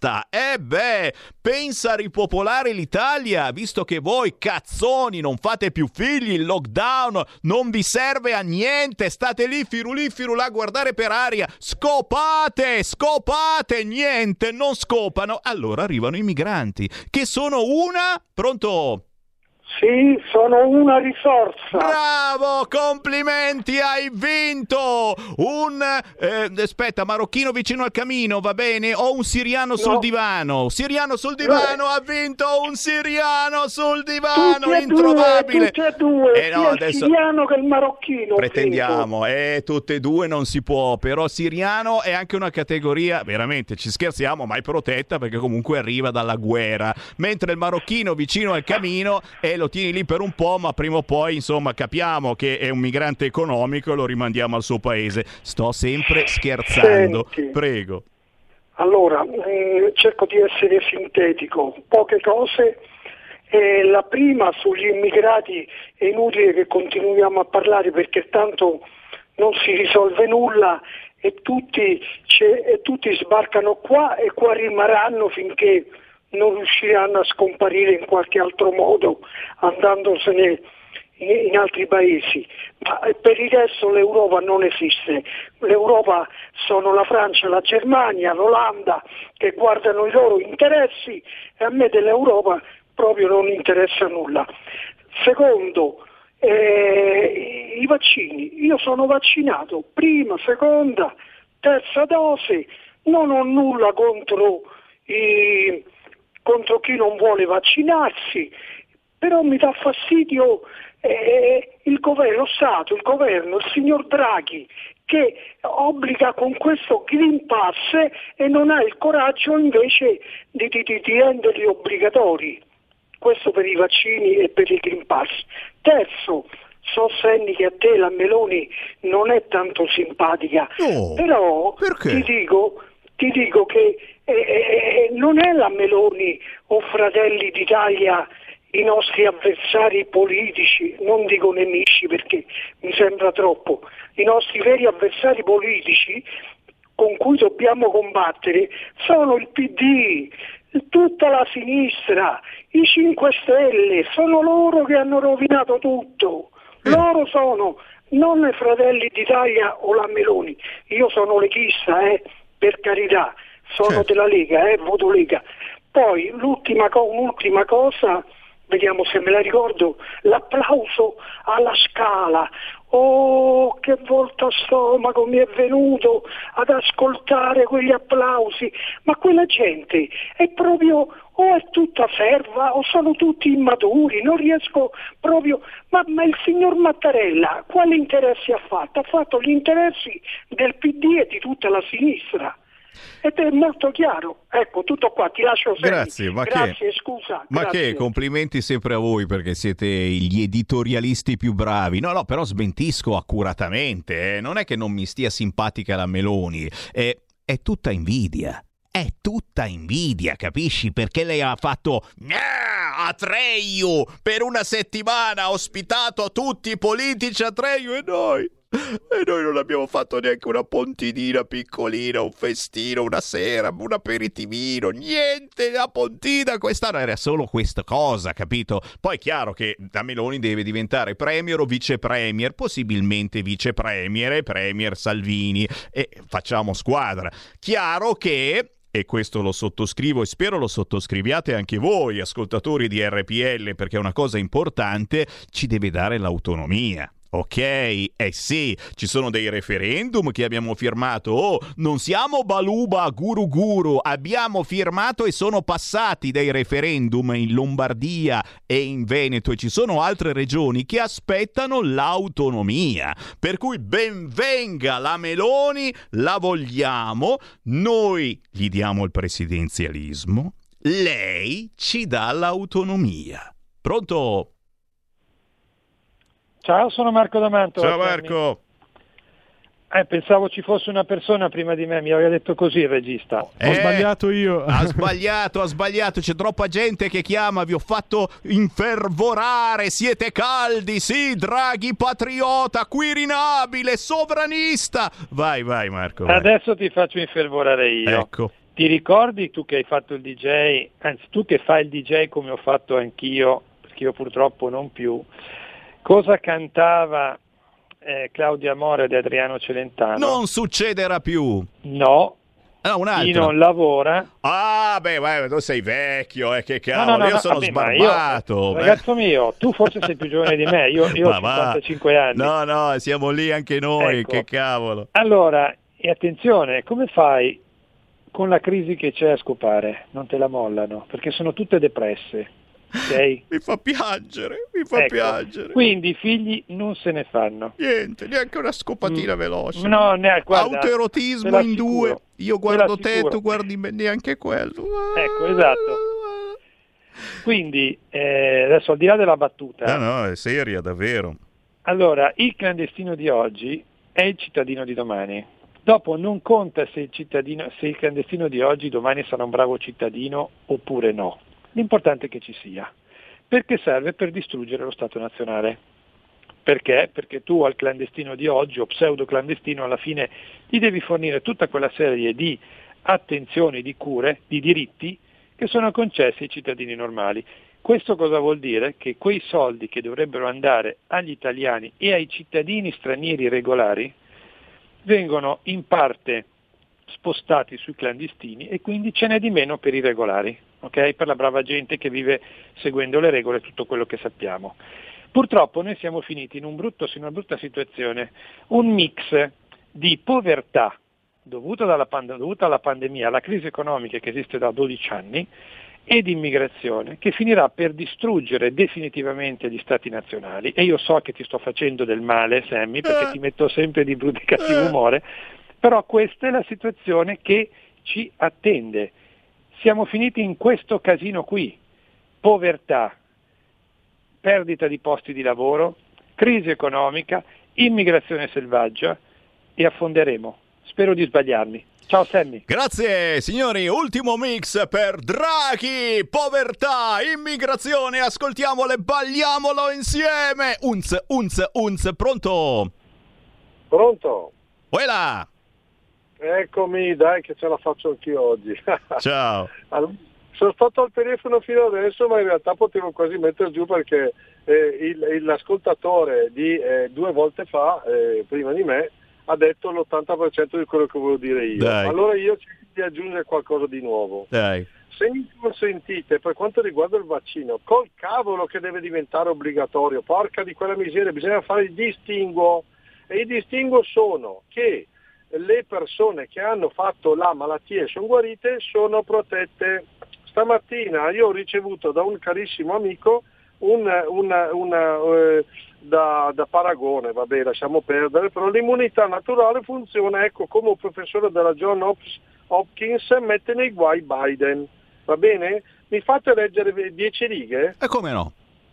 Eh beh, pensa a ripopolare l'Italia, visto che voi cazzoni non fate più figli, il lockdown non vi serve a niente, state lì firulì firulà a guardare per aria, scopate, scopate, niente, non scopano. Allora arrivano i migranti, che sono una... Pronto? Sì, sono una risorsa. Bravo, complimenti, hai vinto un eh, aspetta, marocchino vicino al camino, va bene? O un siriano sul no. divano. Siriano sul divano, no. Ha vinto un siriano sul divano, tutti introvabile. Tutti e due, eh no, sia adesso il siriano che il marocchino. Pretendiamo, eh, tutte e due non si può, però siriano è anche una categoria, veramente, ci scherziamo, mai protetta perché comunque arriva dalla guerra, mentre il marocchino vicino al camino è lo tieni lì per un po', ma prima o poi insomma capiamo che è un migrante economico e lo rimandiamo al suo paese. Sto sempre scherzando. Senti, prego. Allora, eh, cerco di essere sintetico, poche cose. Eh, la prima sugli immigrati è inutile che continuiamo a parlare perché tanto non si risolve nulla e tutti, e tutti sbarcano qua e qua rimarranno finché non riusciranno a scomparire in qualche altro modo andandosene in altri paesi. Ma per il resto l'Europa non esiste. L'Europa sono la Francia, la Germania, l'Olanda che guardano i loro interessi e a me dell'Europa proprio non interessa nulla. Secondo, eh, i vaccini. Io sono vaccinato, prima, seconda, terza dose, non ho nulla contro i contro chi non vuole vaccinarsi, però mi dà fastidio eh, il governo, lo Stato, il governo, il signor Draghi, che obbliga con questo Green Pass e non ha il coraggio invece di, di, di renderli obbligatori. Questo per i vaccini e per il Green Pass. Terzo, so Senni che a te la Meloni non è tanto simpatica, no, però perché? ti dico, ti dico che eh, eh, non è la Meloni o Fratelli d'Italia i nostri avversari politici, non dico nemici perché mi sembra troppo, i nostri veri avversari politici con cui dobbiamo combattere sono il P D, tutta la sinistra, i cinque Stelle, sono loro che hanno rovinato tutto, loro sono, non i Fratelli d'Italia o la Meloni. Io sono leghista, eh, per carità, sono certo. della Lega, eh, voto Lega. Poi l'ultima co- un'ultima cosa vediamo se me la ricordo, l'applauso alla Scala. Oh, che volta stomaco mi è venuto ad ascoltare quegli applausi, ma quella gente è proprio, o è tutta serva o sono tutti immaturi, non riesco proprio, ma, ma il signor Mattarella quali interessi ha fatto? Ha fatto gli interessi del P D e di tutta la sinistra. Ed è molto chiaro. Ecco, tutto qua, ti lascio sempre. Grazie, ma grazie, che, scusa. ma grazie. che complimenti sempre a voi perché siete gli editorialisti più bravi. No, no, però smentisco accuratamente. Eh. Non è che non mi stia simpatica la Meloni, è, è tutta invidia. È tutta invidia, capisci? Perché lei ha fatto a Treio per una settimana, ha ospitato tutti i politici a Treio e noi... E noi non abbiamo fatto neanche una pontinina piccolina, un festino, una sera, un aperitivino, niente, la pontina quest'anno era solo questa cosa, capito? Poi è chiaro che la Meloni deve diventare premier o vice premier, possibilmente vice premier e premier Salvini, e facciamo squadra. Chiaro che... E questo lo sottoscrivo e spero lo sottoscriviate anche voi, ascoltatori di R P L, perché è una cosa importante, ci deve dare l'autonomia. Ok, eh sì, ci sono dei referendum che abbiamo firmato. Oh, non siamo baluba guru guru, abbiamo firmato e sono passati dei referendum in Lombardia e in Veneto e ci sono altre regioni che aspettano l'autonomia. Per cui ben venga la Meloni, la vogliamo, noi gli diamo il presidenzialismo, lei ci dà l'autonomia. Pronto? Ciao, sono Marco D'Amanto. Ciao Marco. Eh, pensavo ci fosse una persona prima di me, mi aveva detto così il regista. Eh, Ho sbagliato io. Ha sbagliato, ha sbagliato, c'è troppa gente che chiama, vi ho fatto infervorare, siete caldi, sì, Draghi patriota, quirinabile, sovranista. Vai, vai Marco. Vai. Adesso ti faccio infervorare io. Ecco. Ti ricordi tu che hai fatto il D J, anzi tu che fai il D J come ho fatto anch'io, perché io purtroppo non più, cosa cantava eh, Claudia Mora ed Adriano Celentano? Non succederà più. No. Ah, un altro. Chi non lavora. Ah, beh, beh, tu sei vecchio, eh, che cavolo, no, no, no, io no, sono vabbè, sbarbato. Io, ragazzo mio, tu forse sei più giovane di me, io, io ho cinquantacinque anni. No, no, siamo lì anche noi, ecco. Che cavolo. Allora, e attenzione, come fai con la crisi che c'è a scopare? Non te la mollano, perché sono tutte depresse. Okay? Mi fa piangere, mi fa ecco. piangere. Quindi i figli non se ne fanno. Niente, neanche una scopatina mm. veloce. No, ne, guarda, autoerotismo in due. Io guardo te, tu guardi me, neanche quello. Ecco, esatto. Quindi, eh, adesso al di là della battuta. No, no, è seria, davvero. Allora, il clandestino di oggi è il cittadino di domani. Dopo non conta se il cittadino, se il clandestino di oggi domani sarà un bravo cittadino oppure no. L'importante è che ci sia, perché serve per distruggere lo Stato nazionale. Perché? Perché tu al clandestino di oggi o pseudo clandestino alla fine gli devi fornire tutta quella serie di attenzioni, di cure, di diritti che sono concessi ai cittadini normali. Questo cosa vuol dire? Che quei soldi che dovrebbero andare agli italiani e ai cittadini stranieri regolari vengono in parte spostati sui clandestini e quindi ce n'è di meno per i regolari. Okay? Per la brava gente che vive seguendo le regole, tutto quello che sappiamo. Purtroppo noi siamo finiti in un brutto, in una brutta situazione, un mix di povertà dovuta, dalla pand- dovuta alla pandemia, alla crisi economica che esiste da dodici anni, e di immigrazione che finirà per distruggere definitivamente gli stati nazionali. E io so che ti sto facendo del male, Sammy, perché ti metto sempre di brutto e cattivo umore, però questa è la situazione che ci attende. Siamo finiti in questo casino qui, povertà, perdita di posti di lavoro, crisi economica, immigrazione selvaggia e affonderemo. Spero di sbagliarmi. Ciao Sammy. Grazie signori, ultimo mix per Draghi, povertà, immigrazione, ascoltiamolo e balliamolo insieme. Unz, unz, unz, pronto? Pronto? Uela! Eccomi, dai che ce la faccio anch'io oggi. Ciao. Sono stato al telefono fino adesso, ma in realtà potevo quasi mettere giù perché eh, il, il, l'ascoltatore di eh, due volte fa, eh, prima di me, ha detto l'ottanta per cento di quello che volevo dire io. Dai. Allora io cerco di aggiungere qualcosa di nuovo. Dai. se mi consentite, per quanto riguarda il vaccino, col cavolo che deve diventare obbligatorio, porca di quella miseria, bisogna fare il distinguo, e i distinguo sono che le persone che hanno fatto la malattia e sono guarite sono protette. Stamattina io ho ricevuto da un carissimo amico una, una, una eh, da, da paragone, vabbè lasciamo perdere, però l'immunità naturale funziona, ecco, come un professore della John Hopkins mette nei guai Biden, va bene? Mi fate leggere dieci righe? E come no?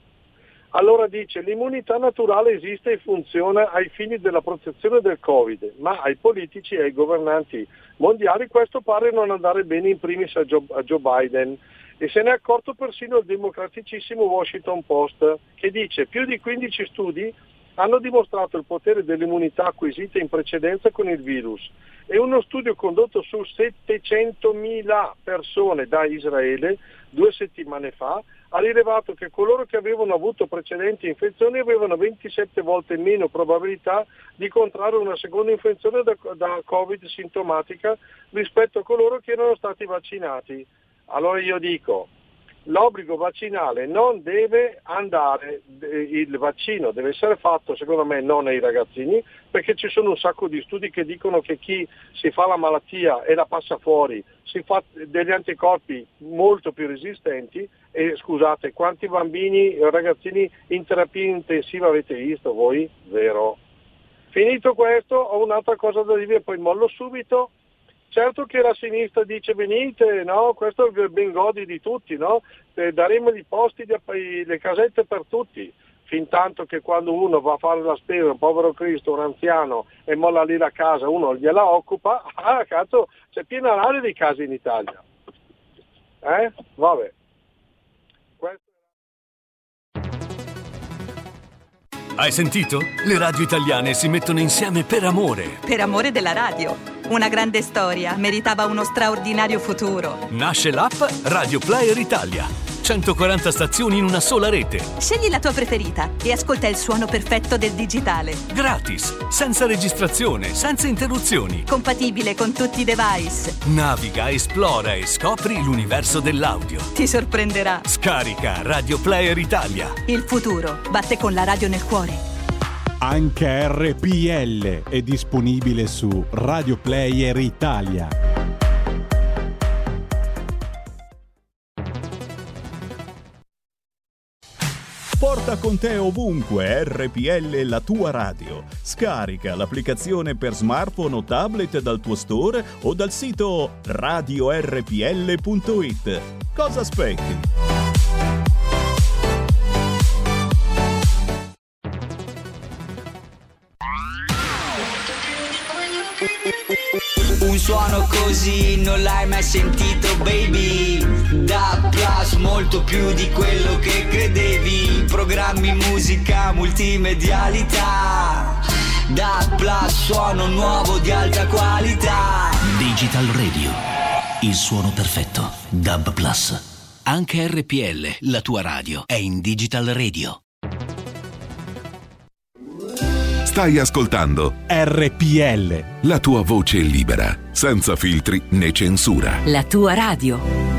Allora dice, l'immunità naturale esiste e funziona ai fini della protezione del Covid, ma ai politici e ai governanti mondiali questo pare non andare bene, in primis a Joe, a Joe Biden. E se ne è accorto persino il democraticissimo Washington Post, che dice più di quindici studi hanno dimostrato il potere dell'immunità acquisita in precedenza con il virus, e uno studio condotto su settecentomila persone da Israele due settimane fa ha rilevato che coloro che avevano avuto precedenti infezioni avevano ventisette volte meno probabilità di contrarre una seconda infezione da, da Covid sintomatica rispetto a coloro che erano stati vaccinati. Allora io dico, l'obbligo vaccinale non deve andare, il vaccino deve essere fatto secondo me non ai ragazzini, perché ci sono un sacco di studi che dicono che chi si fa la malattia e la passa fuori si fa degli anticorpi molto più resistenti. E scusate, quanti bambini e ragazzini in terapia intensiva avete visto voi? Zero. Finito questo ho un'altra cosa da dire, poi mollo subito. Certo che la sinistra dice venite, no, questo è il ben godi di tutti, no? Eh, daremo i posti, le casette per tutti, fin tanto che quando uno va a fare la spesa, un povero Cristo, un anziano, e molla lì la casa, uno gliela occupa, ah cazzo, c'è piena l'aria di case in Italia. Eh? Vabbè. Hai sentito? Le radio italiane si mettono insieme per amore. Per amore della radio. Una grande storia meritava uno straordinario futuro. Nasce l'app Radio Player Italia. centoquaranta stazioni in una sola rete. Scegli la tua preferita e ascolta il suono perfetto del digitale. Gratis, senza registrazione, senza interruzioni. Compatibile con tutti i device. Naviga, esplora e scopri l'universo dell'audio. Ti sorprenderà. Scarica Radio Player Italia. Il futuro batte con la radio nel cuore. Anche R P L è disponibile su Radio Player Italia. Porta con te ovunque R P L, la tua radio. Scarica l'applicazione per smartphone o tablet dal tuo store o dal sito radio r p l punto i t. Cosa aspetti? Un suono così non l'hai mai sentito, baby. Da Plus, molto più di quello che credevi. Programmi, musica, multimedialità. Da Plus, suono nuovo di alta qualità. Digital Radio, il suono perfetto. Dub Plus. Anche R P L, la tua radio, è in Digital Radio. Stai ascoltando R P L, la tua voce libera, senza filtri né censura. La tua radio.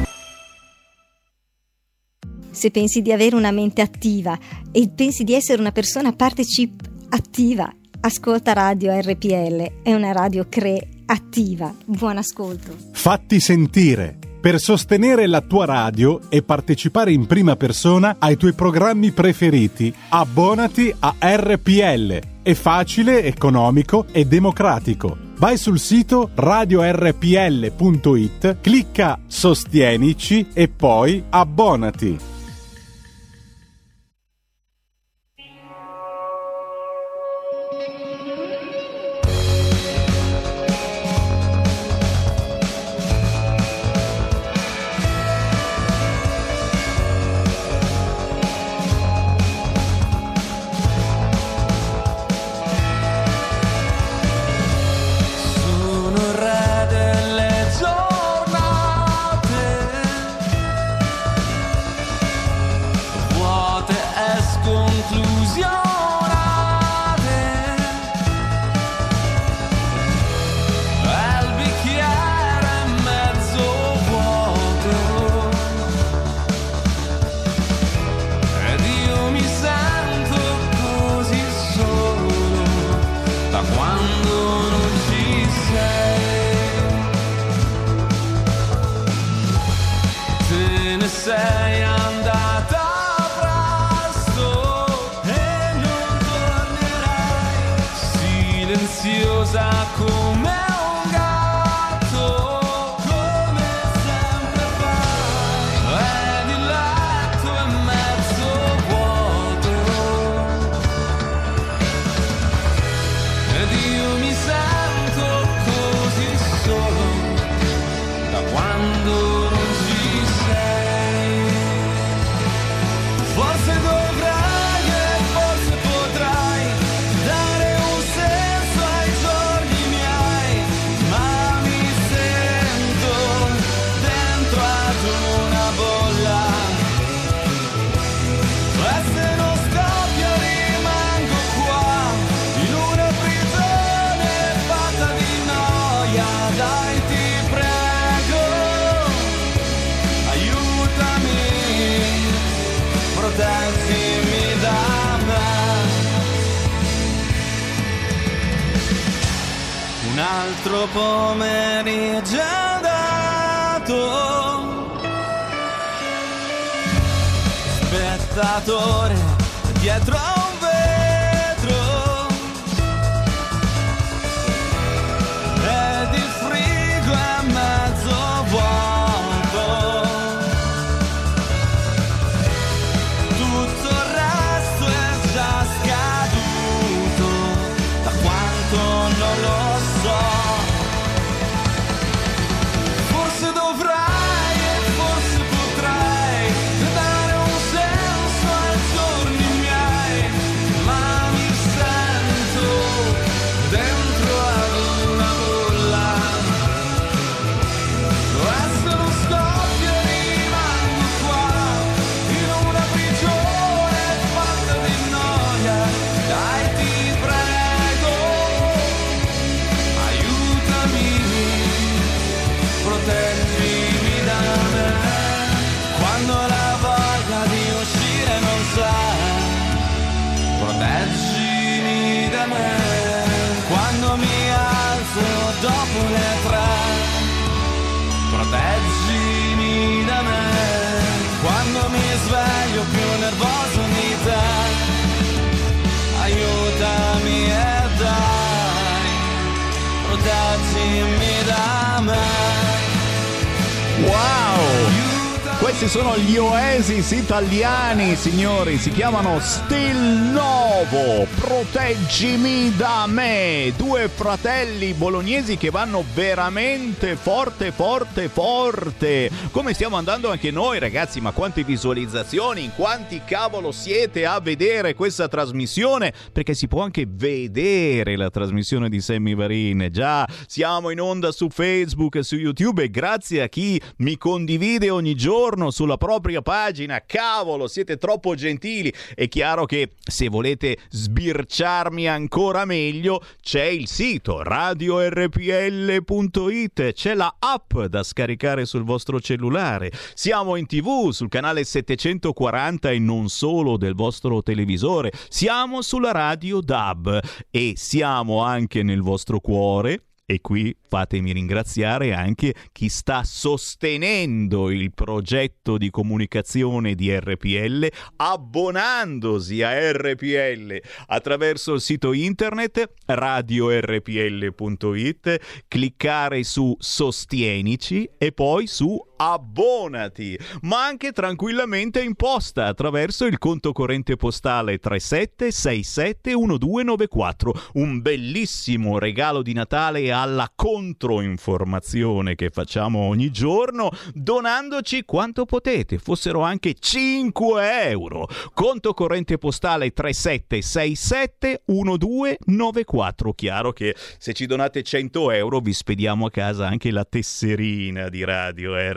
Se pensi di avere una mente attiva e pensi di essere una persona partecip attiva, ascolta Radio R P L, è una radio creativa. Buon ascolto. Fatti sentire. Per sostenere la tua radio e partecipare in prima persona ai tuoi programmi preferiti, abbonati a R P L. È facile, economico e democratico. Vai sul sito radio r p l punto i t, clicca Sostienici e poi abbonati. da quando non ci sei. Te ne sei andata presto e non tornerai, silenziosa come un gatto, come sempre fai. Ed il letto è mezzo vuoto ed io mi sento così solo da quando non ci sei. Forse dovrai e forse potrai dare un senso ai giorni miei, ma mi sento dentro ad una bolla. E se non scoppio rimango qua in una prigione fatta di noia. Dai, ti prego, aiutami, proteggimi da me. Un altro pomeriggio è andato, spettatore dietro a un vetro, ed il frigo è mezzo vuoto. Tutto il resto è già scaduto, da quanto non lo so. Forse dovrai e forse potrai dare un senso ai giorni miei, ma mi sento dentro ad una bolla. E se non scoppio rimango qua in una prigione fatta di noia. Dai, ti prego, aiutami, proteggimi da me. Quando la voglia di uscire non c'è, proteggimi da me. Quando mi alzo dopo le tre, proteggimi da me. Quando mi sveglio più nervoso di te, aiutami e dai, proteggimi da me. Wow! Questi sono gli Oasis italiani, signori, si chiamano Still Novo, proteggimi da me, due fratelli bolognesi che vanno veramente forte, forte, forte, come stiamo andando anche noi, ragazzi. Ma quante visualizzazioni, in quanti cavolo siete a vedere questa trasmissione, perché si può anche vedere la trasmissione di Sammy Varin. Già, siamo in onda su Facebook e su YouTube, e grazie a chi mi condivide ogni giorno sulla propria pagina. Cavolo, siete troppo gentili. È chiaro che se volete sbirciarmi ancora meglio, c'è il sito radio erre pi elle punto it, c'è la app da scaricare sul vostro cellulare. Siamo in tv sul canale settecentoquaranta e non solo del vostro televisore. Siamo sulla radio D A B e siamo anche nel vostro cuore. E qui fatemi ringraziare anche chi sta sostenendo il progetto di comunicazione di erre pi elle, abbonandosi a erre pi elle attraverso il sito internet radio erre pi elle punto it, cliccare su Sostienici e poi su Abbonati, ma anche tranquillamente in posta attraverso il conto corrente postale tre sette sei sette uno due nove quattro. Un bellissimo regalo di Natale alla controinformazione che facciamo ogni giorno, donandoci quanto potete, fossero anche cinque euro. Conto corrente postale tre sette sei sette uno due nove quattro. Chiaro che se ci donate cento euro vi spediamo a casa anche la tesserina di Radio R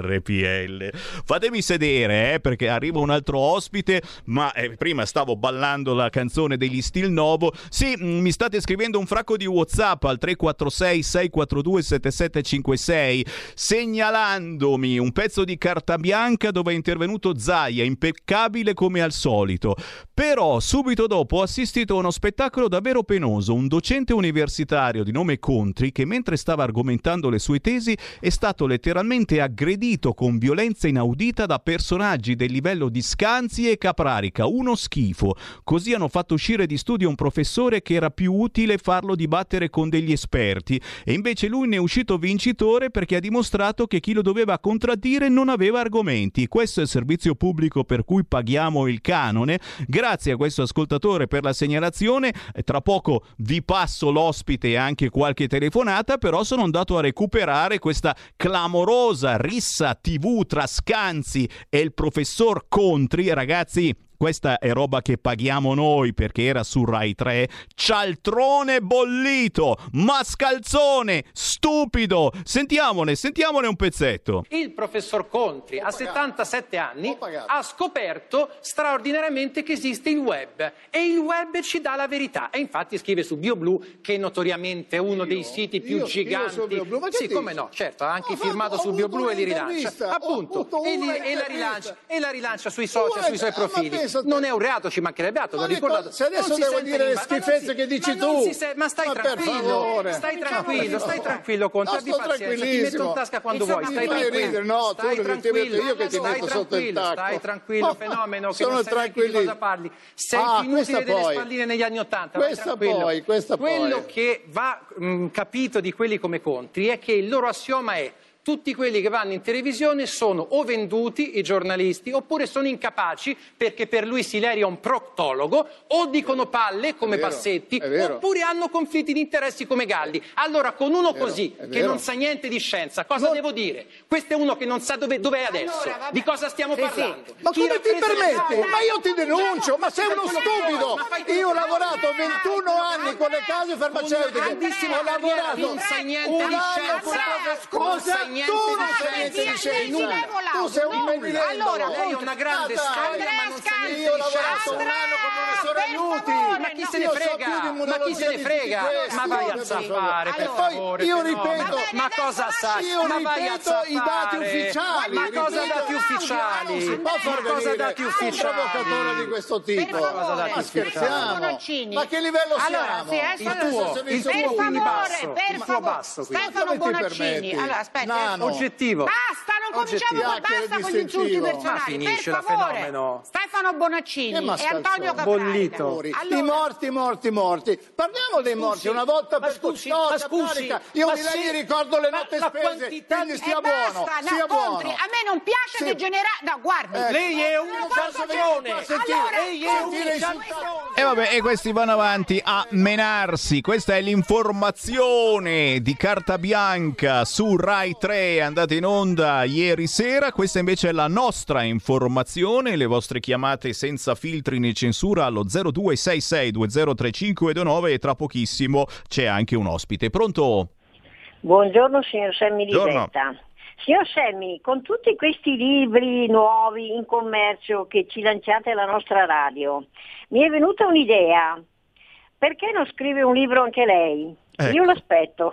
R P L. Fatemi sedere, eh, perché arriva un altro ospite, ma eh, prima stavo ballando la canzone degli Stil Novo. Sì, mh, mi state scrivendo un fracco di WhatsApp al tre quattro sei sei quattro due sette sette cinque sei segnalandomi un pezzo di carta bianca dove è intervenuto Zaia, impeccabile come al solito. Però subito dopo ho assistito a uno spettacolo davvero penoso, un docente universitario di nome Contri che mentre stava argomentando le sue tesi è stato letteralmente aggredito con violenza inaudita da personaggi del livello di Scanzi e Caprarica, uno schifo. Così hanno fatto uscire di studio un professore che era più utile farlo dibattere con degli esperti e invece lui ne è uscito vincitore perché ha dimostrato che chi lo doveva contraddire non aveva argomenti. Questo è il servizio pubblico per cui paghiamo il canone. Grazie a questo ascoltatore per la segnalazione. Tra poco vi passo l'ospite e anche qualche telefonata, però sono andato a recuperare questa clamorosa rissa tivù tra Scanzi e il professor Contri. Ragazzi, questa è roba che paghiamo noi perché era su Rai tre. Cialtrone bollito, mascalzone, stupido. Sentiamone, sentiamone un pezzetto. Il professor Contri, a settantasette anni, ha scoperto straordinariamente che esiste il web e il web ci dà la verità. E infatti scrive su BioBlue, che è notoriamente uno dei siti più io giganti. su BioBlue, ma che sì, dici? come no, certo, ha anche Ho firmato fatto- su ho BioBlue avuto e li rilancia. un'intervista, Appunto, ho avuto e, li- una e la intervista. rilancia, e la rilancia sui social, Una- sui suoi ah, ma profili. pensa te. Non è un reato, ci mancherebbe altro, l'ho Ma le ricordato. cose- se adesso Non si devo sente dire le in ba- ma non schifezze si- che dici ma non tu. si se- ma stai Ma per tranquillo, favore. stai Ma tranquillo, no. stai tranquillo, Conte, No, abbi sto pazienza, ti metto tranquillissimo. in tasca quando Insomma, vuoi, stai mi fai tranquillo. ridere, no, tu stai non ti tranquillo, metto io che ti stai metto sotto il tranquillo, tacco. stai tranquillo, Oh, fenomeno, che sono non sai neanche di tranquilli- cosa parli. Sei Ah, più questa inutile delle poi. spalline negli anni Ottanta, vai Questa tranquillo. poi, questa poi. Quello che va mh, capito di quelli come Contri è che il loro assioma è: tutti quelli che vanno in televisione sono o venduti, i giornalisti, oppure sono incapaci perché per lui Sileri è un proctologo, o dicono palle come vero, Bassetti, è vero. oppure hanno conflitti di interessi come Galli. Allora con uno vero, così, è che vero. non sa niente di scienza, cosa devo dire? Questo è uno che non sa dove, dov'è adesso. Di cosa stiamo Sì, sì. parlando? Ma Chi come ti rappresenta- permetti? Ma io ti denuncio, ma sei uno fai quello che vuoi, stupido! ma fai quello Io ho che vuoi. lavorato ventuno anni con le case farmaceutiche. grandissima Ho carriera, lavorato non sai niente un di anno scienza. con le- Non Cosa? sai niente Tu di non sai niente di scienza. scienza. Nulla. Tu sei un Nulla. penilendo. Allora, lei ha una grande Ah, dai. storia, ma non sa niente Io ho di lavorato un scienza. anno con professor Aiuti. Ma chi se ne Io so frega? più di Ma chi se ne immunologia frega? di tutti Ma vai a questi. zappare, per E poi favore. io fenomeno. ripeto, Ma cosa sai? io Ma vai a ripeto i dati zappare. ufficiali. Ma cosa ripeto- dati ufficiali? Non si può far Ma cosa venire dati un ufficiali? provocatore di questo tipo. Cosa dati Ma ufficiali? scherziamo? Ma a che livello Allora, siamo? sì, Il adesso- tuo, servizio il tuo per quindi favore, basso, per il tuo favore. basso quindi. Stefano Come ti Bonaccini. permetti? Allora, aspetta, Nano. Oggettivo. basta, non cominciamo, Oggettivo. basta Chiacchiere con gli insulti distintivo. personali. Ma finisce per la favore. fenomeno. Stefano Bonaccini Che e mascalzone. Antonio Caprarica. Bollito. I morti, morti, morti. Parliamo dei morti una volta ma per scusi, tutte. No, ma scusi, Caprarica, io ma di lei se- mi ricordo le ma note la spese, quantità quindi di- stia E buono, basta, stia no, Contri, buono. a me non piace Sì. degenerare. No, guardi. Eh, Lei è un Non posso cialtrone. a sentire. Allora, Lei è un Sentire i cialtrone. E vabbè, e questi vanno avanti a menarsi. Questa è l'informazione di Carta Bianca su Rai tre, andata in onda ieri sera. Questa invece è la nostra informazione, le vostre chiamate senza filtri né censura allo zero due sei sei due zero tre cinque due nove e tra pochissimo c'è anche un ospite. Pronto? Buongiorno signor Semmi di Buongiorno. Vetta. Signor Semmi, con tutti questi libri nuovi in commercio che ci lanciate alla nostra radio, mi è venuta un'idea. Perché non scrive un libro anche lei? Ecco. Io l'aspetto.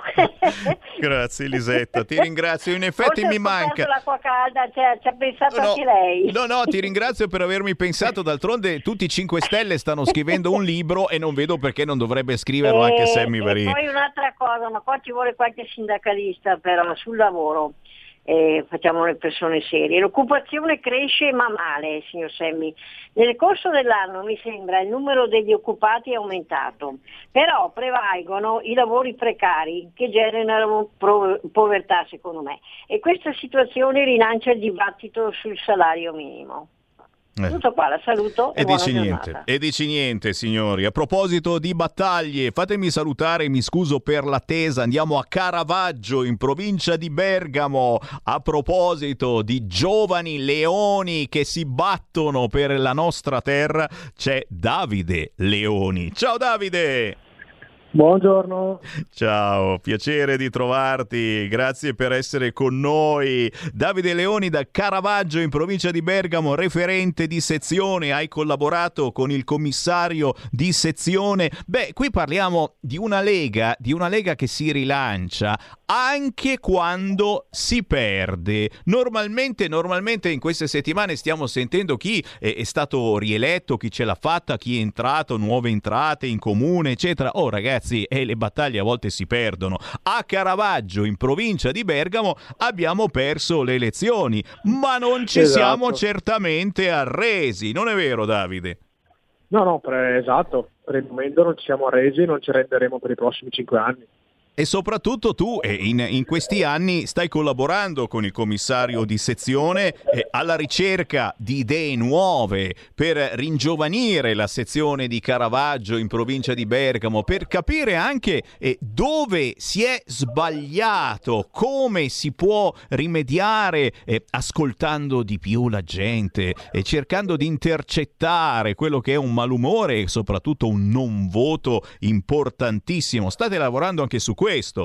Grazie Elisetta, ti ringrazio, in effetti Forse mi ho scoperto manca. l'acqua calda, cioè, ci ha pensato No, anche lei. no, no, ti ringrazio per avermi pensato. D'altronde tutti i cinque Stelle stanno scrivendo un libro e non vedo perché non dovrebbe scriverlo anche E- Sammy e Varini. poi un'altra cosa, ma qua ci vuole qualche sindacalista però sul lavoro. Eh, facciamo le persone serie. L'occupazione cresce ma male, signor Semmi. Nel corso dell'anno mi sembra il numero degli occupati è aumentato, però prevalgono i lavori precari che generano pro- povertà secondo me e questa situazione rilancia il dibattito sul salario minimo. Eh. Tutto qua, la saluto e, E buona dici giornata. niente, e dici niente signori. A proposito di battaglie, fatemi salutare, mi scuso per l'attesa, andiamo a Caravaggio in provincia di Bergamo. A proposito di giovani leoni che si battono per la nostra terra, c'è Davide Leoni. Ciao Davide! Buongiorno. Ciao, piacere di trovarti, grazie per essere con noi. Davide Leoni da Caravaggio in provincia di Bergamo, referente di sezione, hai collaborato con il commissario di sezione. Beh, qui parliamo di una lega, di una lega che si rilancia anche quando si perde. Normalmente, normalmente in queste settimane stiamo sentendo chi è, è stato rieletto, chi ce l'ha fatta, chi è entrato, nuove entrate in comune, eccetera. Oh ragazzi, e le battaglie a volte si perdono. A Caravaggio, in provincia di Bergamo, abbiamo perso le elezioni, ma non ci Esatto. siamo certamente arresi, non è vero Davide? No, no, per- esatto. Per il momento non ci siamo arresi e non ci renderemo per i prossimi cinque anni. E soprattutto tu eh, in, in questi anni stai collaborando con il commissario di sezione eh, alla ricerca di idee nuove per ringiovanire la sezione di Caravaggio in provincia di Bergamo, per capire anche eh, dove si è sbagliato, come si può rimediare eh, ascoltando di più la gente e cercando di intercettare quello che è un malumore e soprattutto un non voto importantissimo. State lavorando anche su questo.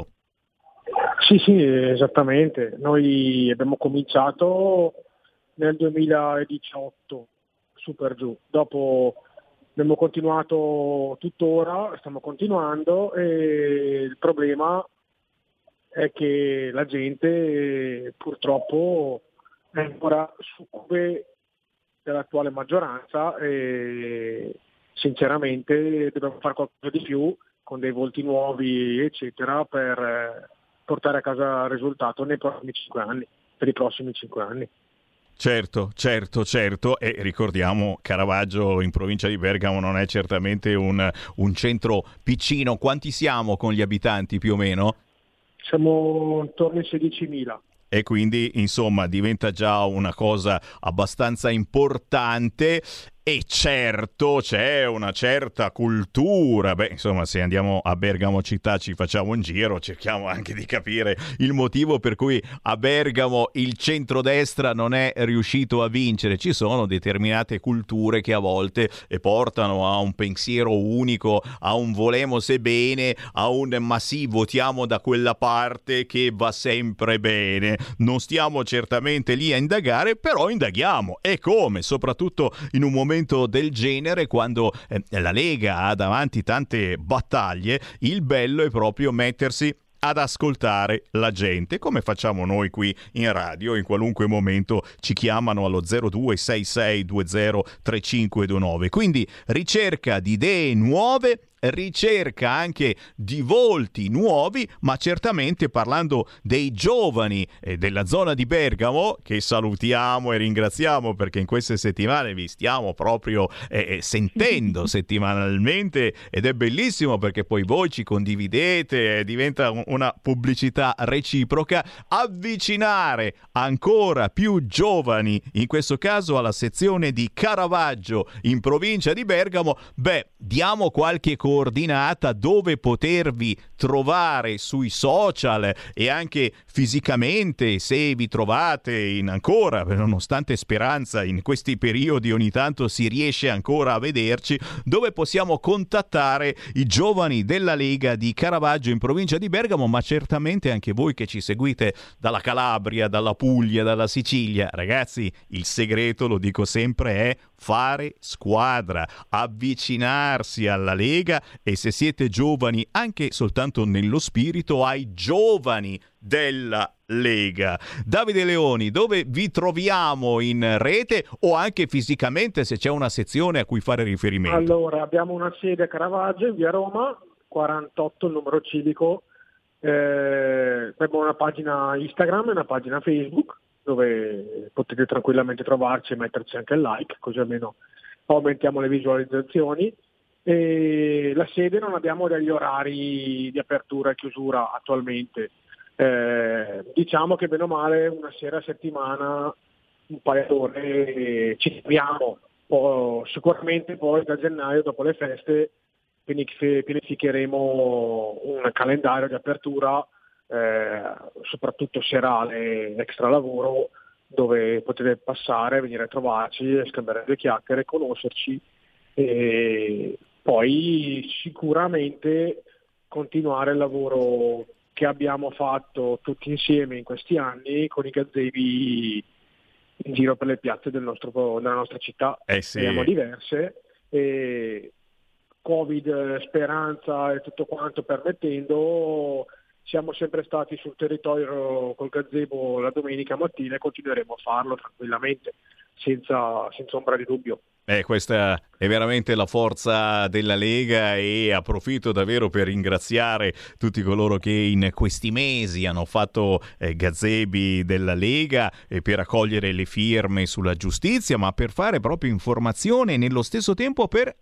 Sì, sì, esattamente. Noi abbiamo cominciato nel duemiladiciotto, su per giù. Dopo abbiamo continuato tuttora, stiamo continuando e il problema è che la gente purtroppo è ancora succube dell'attuale maggioranza e sinceramente dobbiamo fare qualcosa di più con dei volti nuovi eccetera per eh, portare a casa il risultato nei prossimi cinque anni, per i prossimi cinque anni. Certo, certo, certo, e ricordiamo Caravaggio in provincia di Bergamo non è certamente un, un centro piccino. Quanti siamo con gli abitanti più o meno? Siamo intorno ai sedicimila. E quindi insomma diventa già una cosa abbastanza importante. E certo c'è una certa cultura, beh insomma se andiamo a Bergamo città ci facciamo un giro, cerchiamo anche di capire il motivo per cui a Bergamo il centrodestra non è riuscito a vincere. Ci sono determinate culture che a volte portano a un pensiero unico, a un volemo bene, a un ma sì votiamo da quella parte che va sempre bene. Non stiamo certamente lì a indagare, però indaghiamo, e come, soprattutto in un momento del genere quando eh, la Lega ha davanti tante battaglie. Il bello è proprio mettersi ad ascoltare la gente, come facciamo noi qui in radio. In qualunque momento ci chiamano allo zero due sei sei due zero tre cinque due nove. Quindi ricerca di idee nuove, ricerca anche di volti nuovi, ma certamente parlando dei giovani eh, della zona di Bergamo, che salutiamo e ringraziamo perché in queste settimane vi stiamo proprio eh, sentendo settimanalmente, ed è bellissimo perché poi voi ci condividete, eh, diventa un, una pubblicità reciproca. Avvicinare ancora più giovani, in questo caso alla sezione di Caravaggio in provincia di Bergamo, beh, diamo qualche coordinata dove potervi trovare sui social e anche fisicamente, se vi trovate in ancora, nonostante Speranza in questi periodi ogni tanto si riesce ancora a vederci, dove possiamo contattare i giovani della Lega di Caravaggio in provincia di Bergamo, ma certamente anche voi che ci seguite dalla Calabria, dalla Puglia, dalla Sicilia. Ragazzi, il segreto, lo dico sempre, è fare squadra, avvicinarsi alla Lega, e se siete giovani anche soltanto nello spirito, ai giovani della Lega. Davide Leoni, dove vi troviamo in rete o anche fisicamente, se c'è una sezione a cui fare riferimento? Allora, abbiamo una sede a Caravaggio in via Roma, quarantotto il numero civico, eh, abbiamo una pagina Instagram e una pagina Facebook dove potete tranquillamente trovarci e metterci anche il like, così almeno aumentiamo le visualizzazioni. E la sede non abbiamo degli orari di apertura e chiusura attualmente, eh, diciamo che bene o male una sera a settimana, un paio d'ore ci troviamo. Poi, sicuramente poi da gennaio, dopo le feste, pianificheremo un calendario di apertura, eh, soprattutto serale, extra lavoro, dove potete passare, venire a trovarci e scambiare due chiacchiere, conoscerci. E poi sicuramente continuare il lavoro che abbiamo fatto tutti insieme in questi anni con i gazebi in giro per le piazze del nostro, della nostra città. Eh sì. Abbiamo diverse e Covid, speranza e tutto quanto permettendo, siamo sempre stati sul territorio col gazebo la domenica mattina e continueremo a farlo tranquillamente, senza, senza ombra di dubbio. Eh, questa è veramente la forza della Lega e approfitto davvero per ringraziare tutti coloro che in questi mesi hanno fatto eh, gazebi della Lega e per raccogliere le firme sulla giustizia, ma per fare proprio informazione e nello stesso tempo per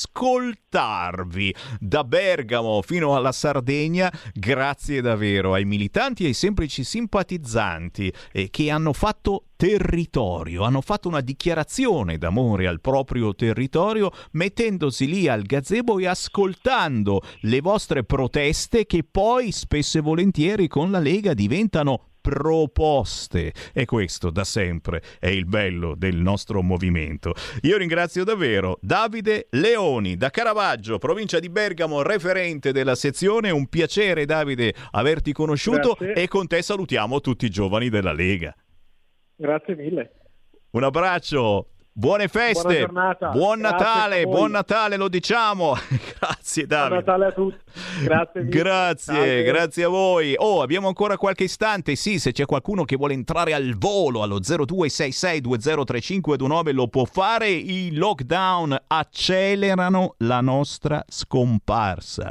ascoltarvi. Da Bergamo fino alla Sardegna, grazie davvero ai militanti e ai semplici simpatizzanti eh, che hanno fatto territorio, hanno fatto una dichiarazione d'amore al proprio territorio mettendosi lì al gazebo e ascoltando le vostre proteste che poi spesso e volentieri con la Lega diventano proposte, e questo da sempre è il bello del nostro movimento. Io ringrazio davvero Davide Leoni da Caravaggio, provincia di Bergamo, referente della sezione. Un piacere, Davide, averti conosciuto. Grazie. E con te salutiamo tutti i giovani della Lega. Grazie mille. Un abbraccio, buone feste, Buona giornata. buon Grazie Natale, a voi. buon Natale, lo diciamo. Grazie Davide. Buon Natale a tutti. Grazie mille. Grazie, Salve. grazie a voi. Oh, abbiamo ancora qualche istante. Sì, se c'è qualcuno che vuole entrare al volo allo zero due sei sei due zero tre cinque due nove lo può fare. I lockdown accelerano la nostra scomparsa.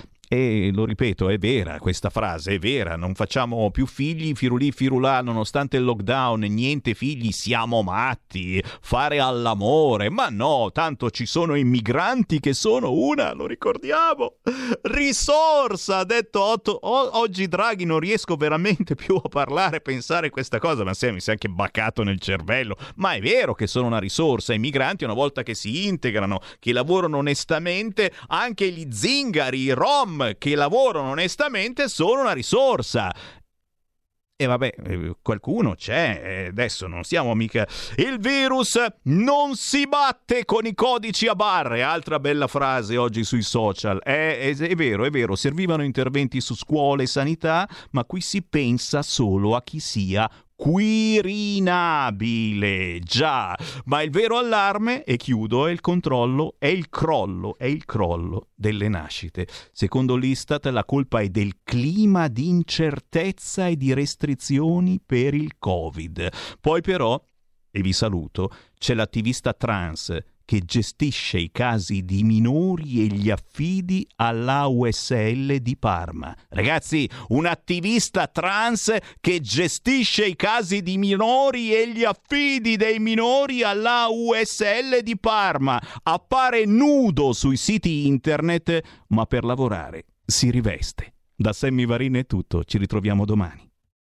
E lo ripeto, è vera questa frase, è vera, non facciamo più figli, firulì firulà, nonostante il lockdown, niente figli, siamo matti, fare all'amore, ma no, tanto ci sono i migranti che sono una, lo ricordiamo, risorsa, ha detto Otto, o- oggi Draghi non riesco veramente più a parlare, pensare questa cosa, ma se mi si è anche baccato nel cervello, ma è vero che sono una risorsa, i migranti una volta che si integrano, che lavorano onestamente, anche gli zingari, i rom, che lavorano onestamente sono una risorsa. E vabbè, qualcuno c'è, adesso non siamo mica... Il virus non si batte con i codici a barre, altra bella frase oggi sui social. È, è, è vero, è vero, servivano interventi su scuole e sanità, ma qui si pensa solo a chi sia quirinabile, già, ma il vero allarme, e chiudo, è il controllo, è il crollo, è il crollo delle nascite. Secondo l'Istat la colpa è del clima di incertezza e di restrizioni per il Covid. Poi però, e vi saluto, c'è l'attivista trans che gestisce i casi di minori e gli affidi all'A U S L di Parma. Ragazzi, un attivista trans che gestisce i casi di minori e gli affidi dei minori all'A U S L di Parma. Appare nudo sui siti internet, ma per lavorare si riveste. Da Sammy Varin è tutto, ci ritroviamo domani.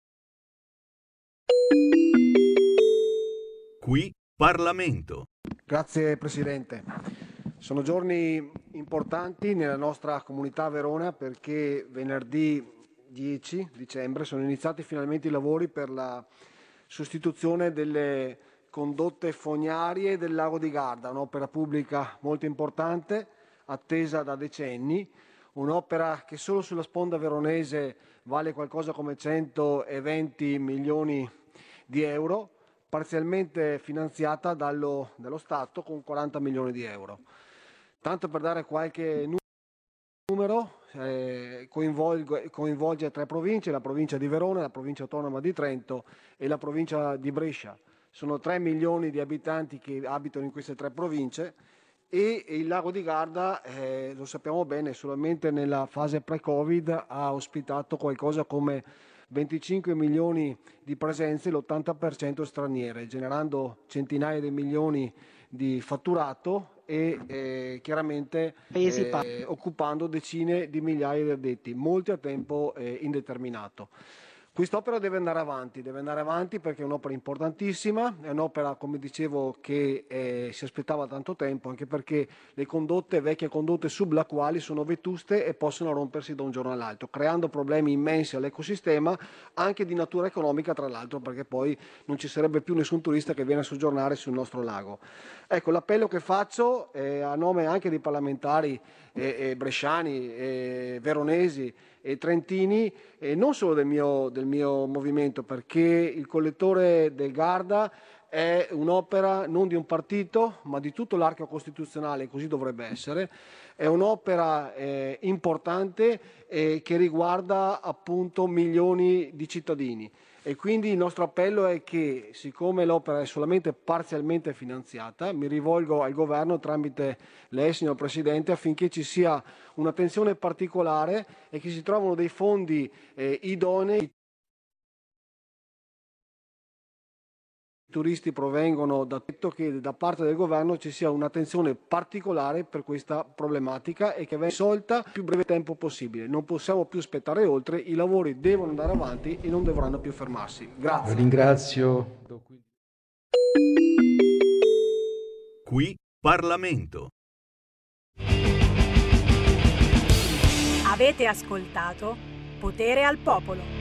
Qui Parlamento. Grazie Presidente. Sono giorni importanti nella nostra comunità Verona perché venerdì dieci dicembre sono iniziati finalmente i lavori per la sostituzione delle condotte fognarie del Lago di Garda, un'opera pubblica molto importante, attesa da decenni, un'opera che solo sulla sponda veronese vale qualcosa come centoventi milioni di euro, parzialmente finanziata dallo, dallo Stato con quaranta milioni di euro. Tanto per dare qualche numero, eh, coinvolge, coinvolge tre province, la provincia di Verona, la provincia autonoma di Trento e la provincia di Brescia. Sono tre milioni di abitanti che abitano in queste tre province e, e il Lago di Garda, eh, lo sappiamo bene, solamente nella fase pre-Covid ha ospitato qualcosa come venticinque milioni di presenze, l'ottanta per cento straniere, generando centinaia di milioni di fatturato e eh, chiaramente eh, occupando decine di migliaia di addetti, molti a tempo eh, indeterminato. Quest'opera deve andare avanti, deve andare avanti perché è un'opera importantissima, è un'opera, come dicevo, che eh, si aspettava tanto tempo, anche perché le condotte, vecchie condotte sublacquali sono vetuste e possono rompersi da un giorno all'altro, creando problemi immensi all'ecosistema, anche di natura economica tra l'altro, perché poi non ci sarebbe più nessun turista che viene a soggiornare sul nostro lago. Ecco, l'appello che faccio eh, a nome anche dei parlamentari eh, eh, bresciani, eh, veronesi e trentini, e non solo del mio, del mio movimento, perché il collettore del Garda è un'opera non di un partito, ma di tutto l'arco costituzionale, così dovrebbe essere. È un'opera eh, importante eh, che riguarda appunto milioni di cittadini. E quindi il nostro appello è che, siccome l'opera è solamente parzialmente finanziata, mi rivolgo al governo tramite lei, signor Presidente, affinché ci sia un'attenzione particolare e che si trovino dei fondi eh, idonei. I turisti provengono da detto che da parte del governo ci sia un'attenzione particolare per questa problematica e che venga risolta il più breve tempo possibile. Non possiamo più aspettare oltre, i lavori devono andare avanti e non dovranno più fermarsi. Grazie. Ringrazio. Qui Parlamento. Avete ascoltato Potere al Popolo.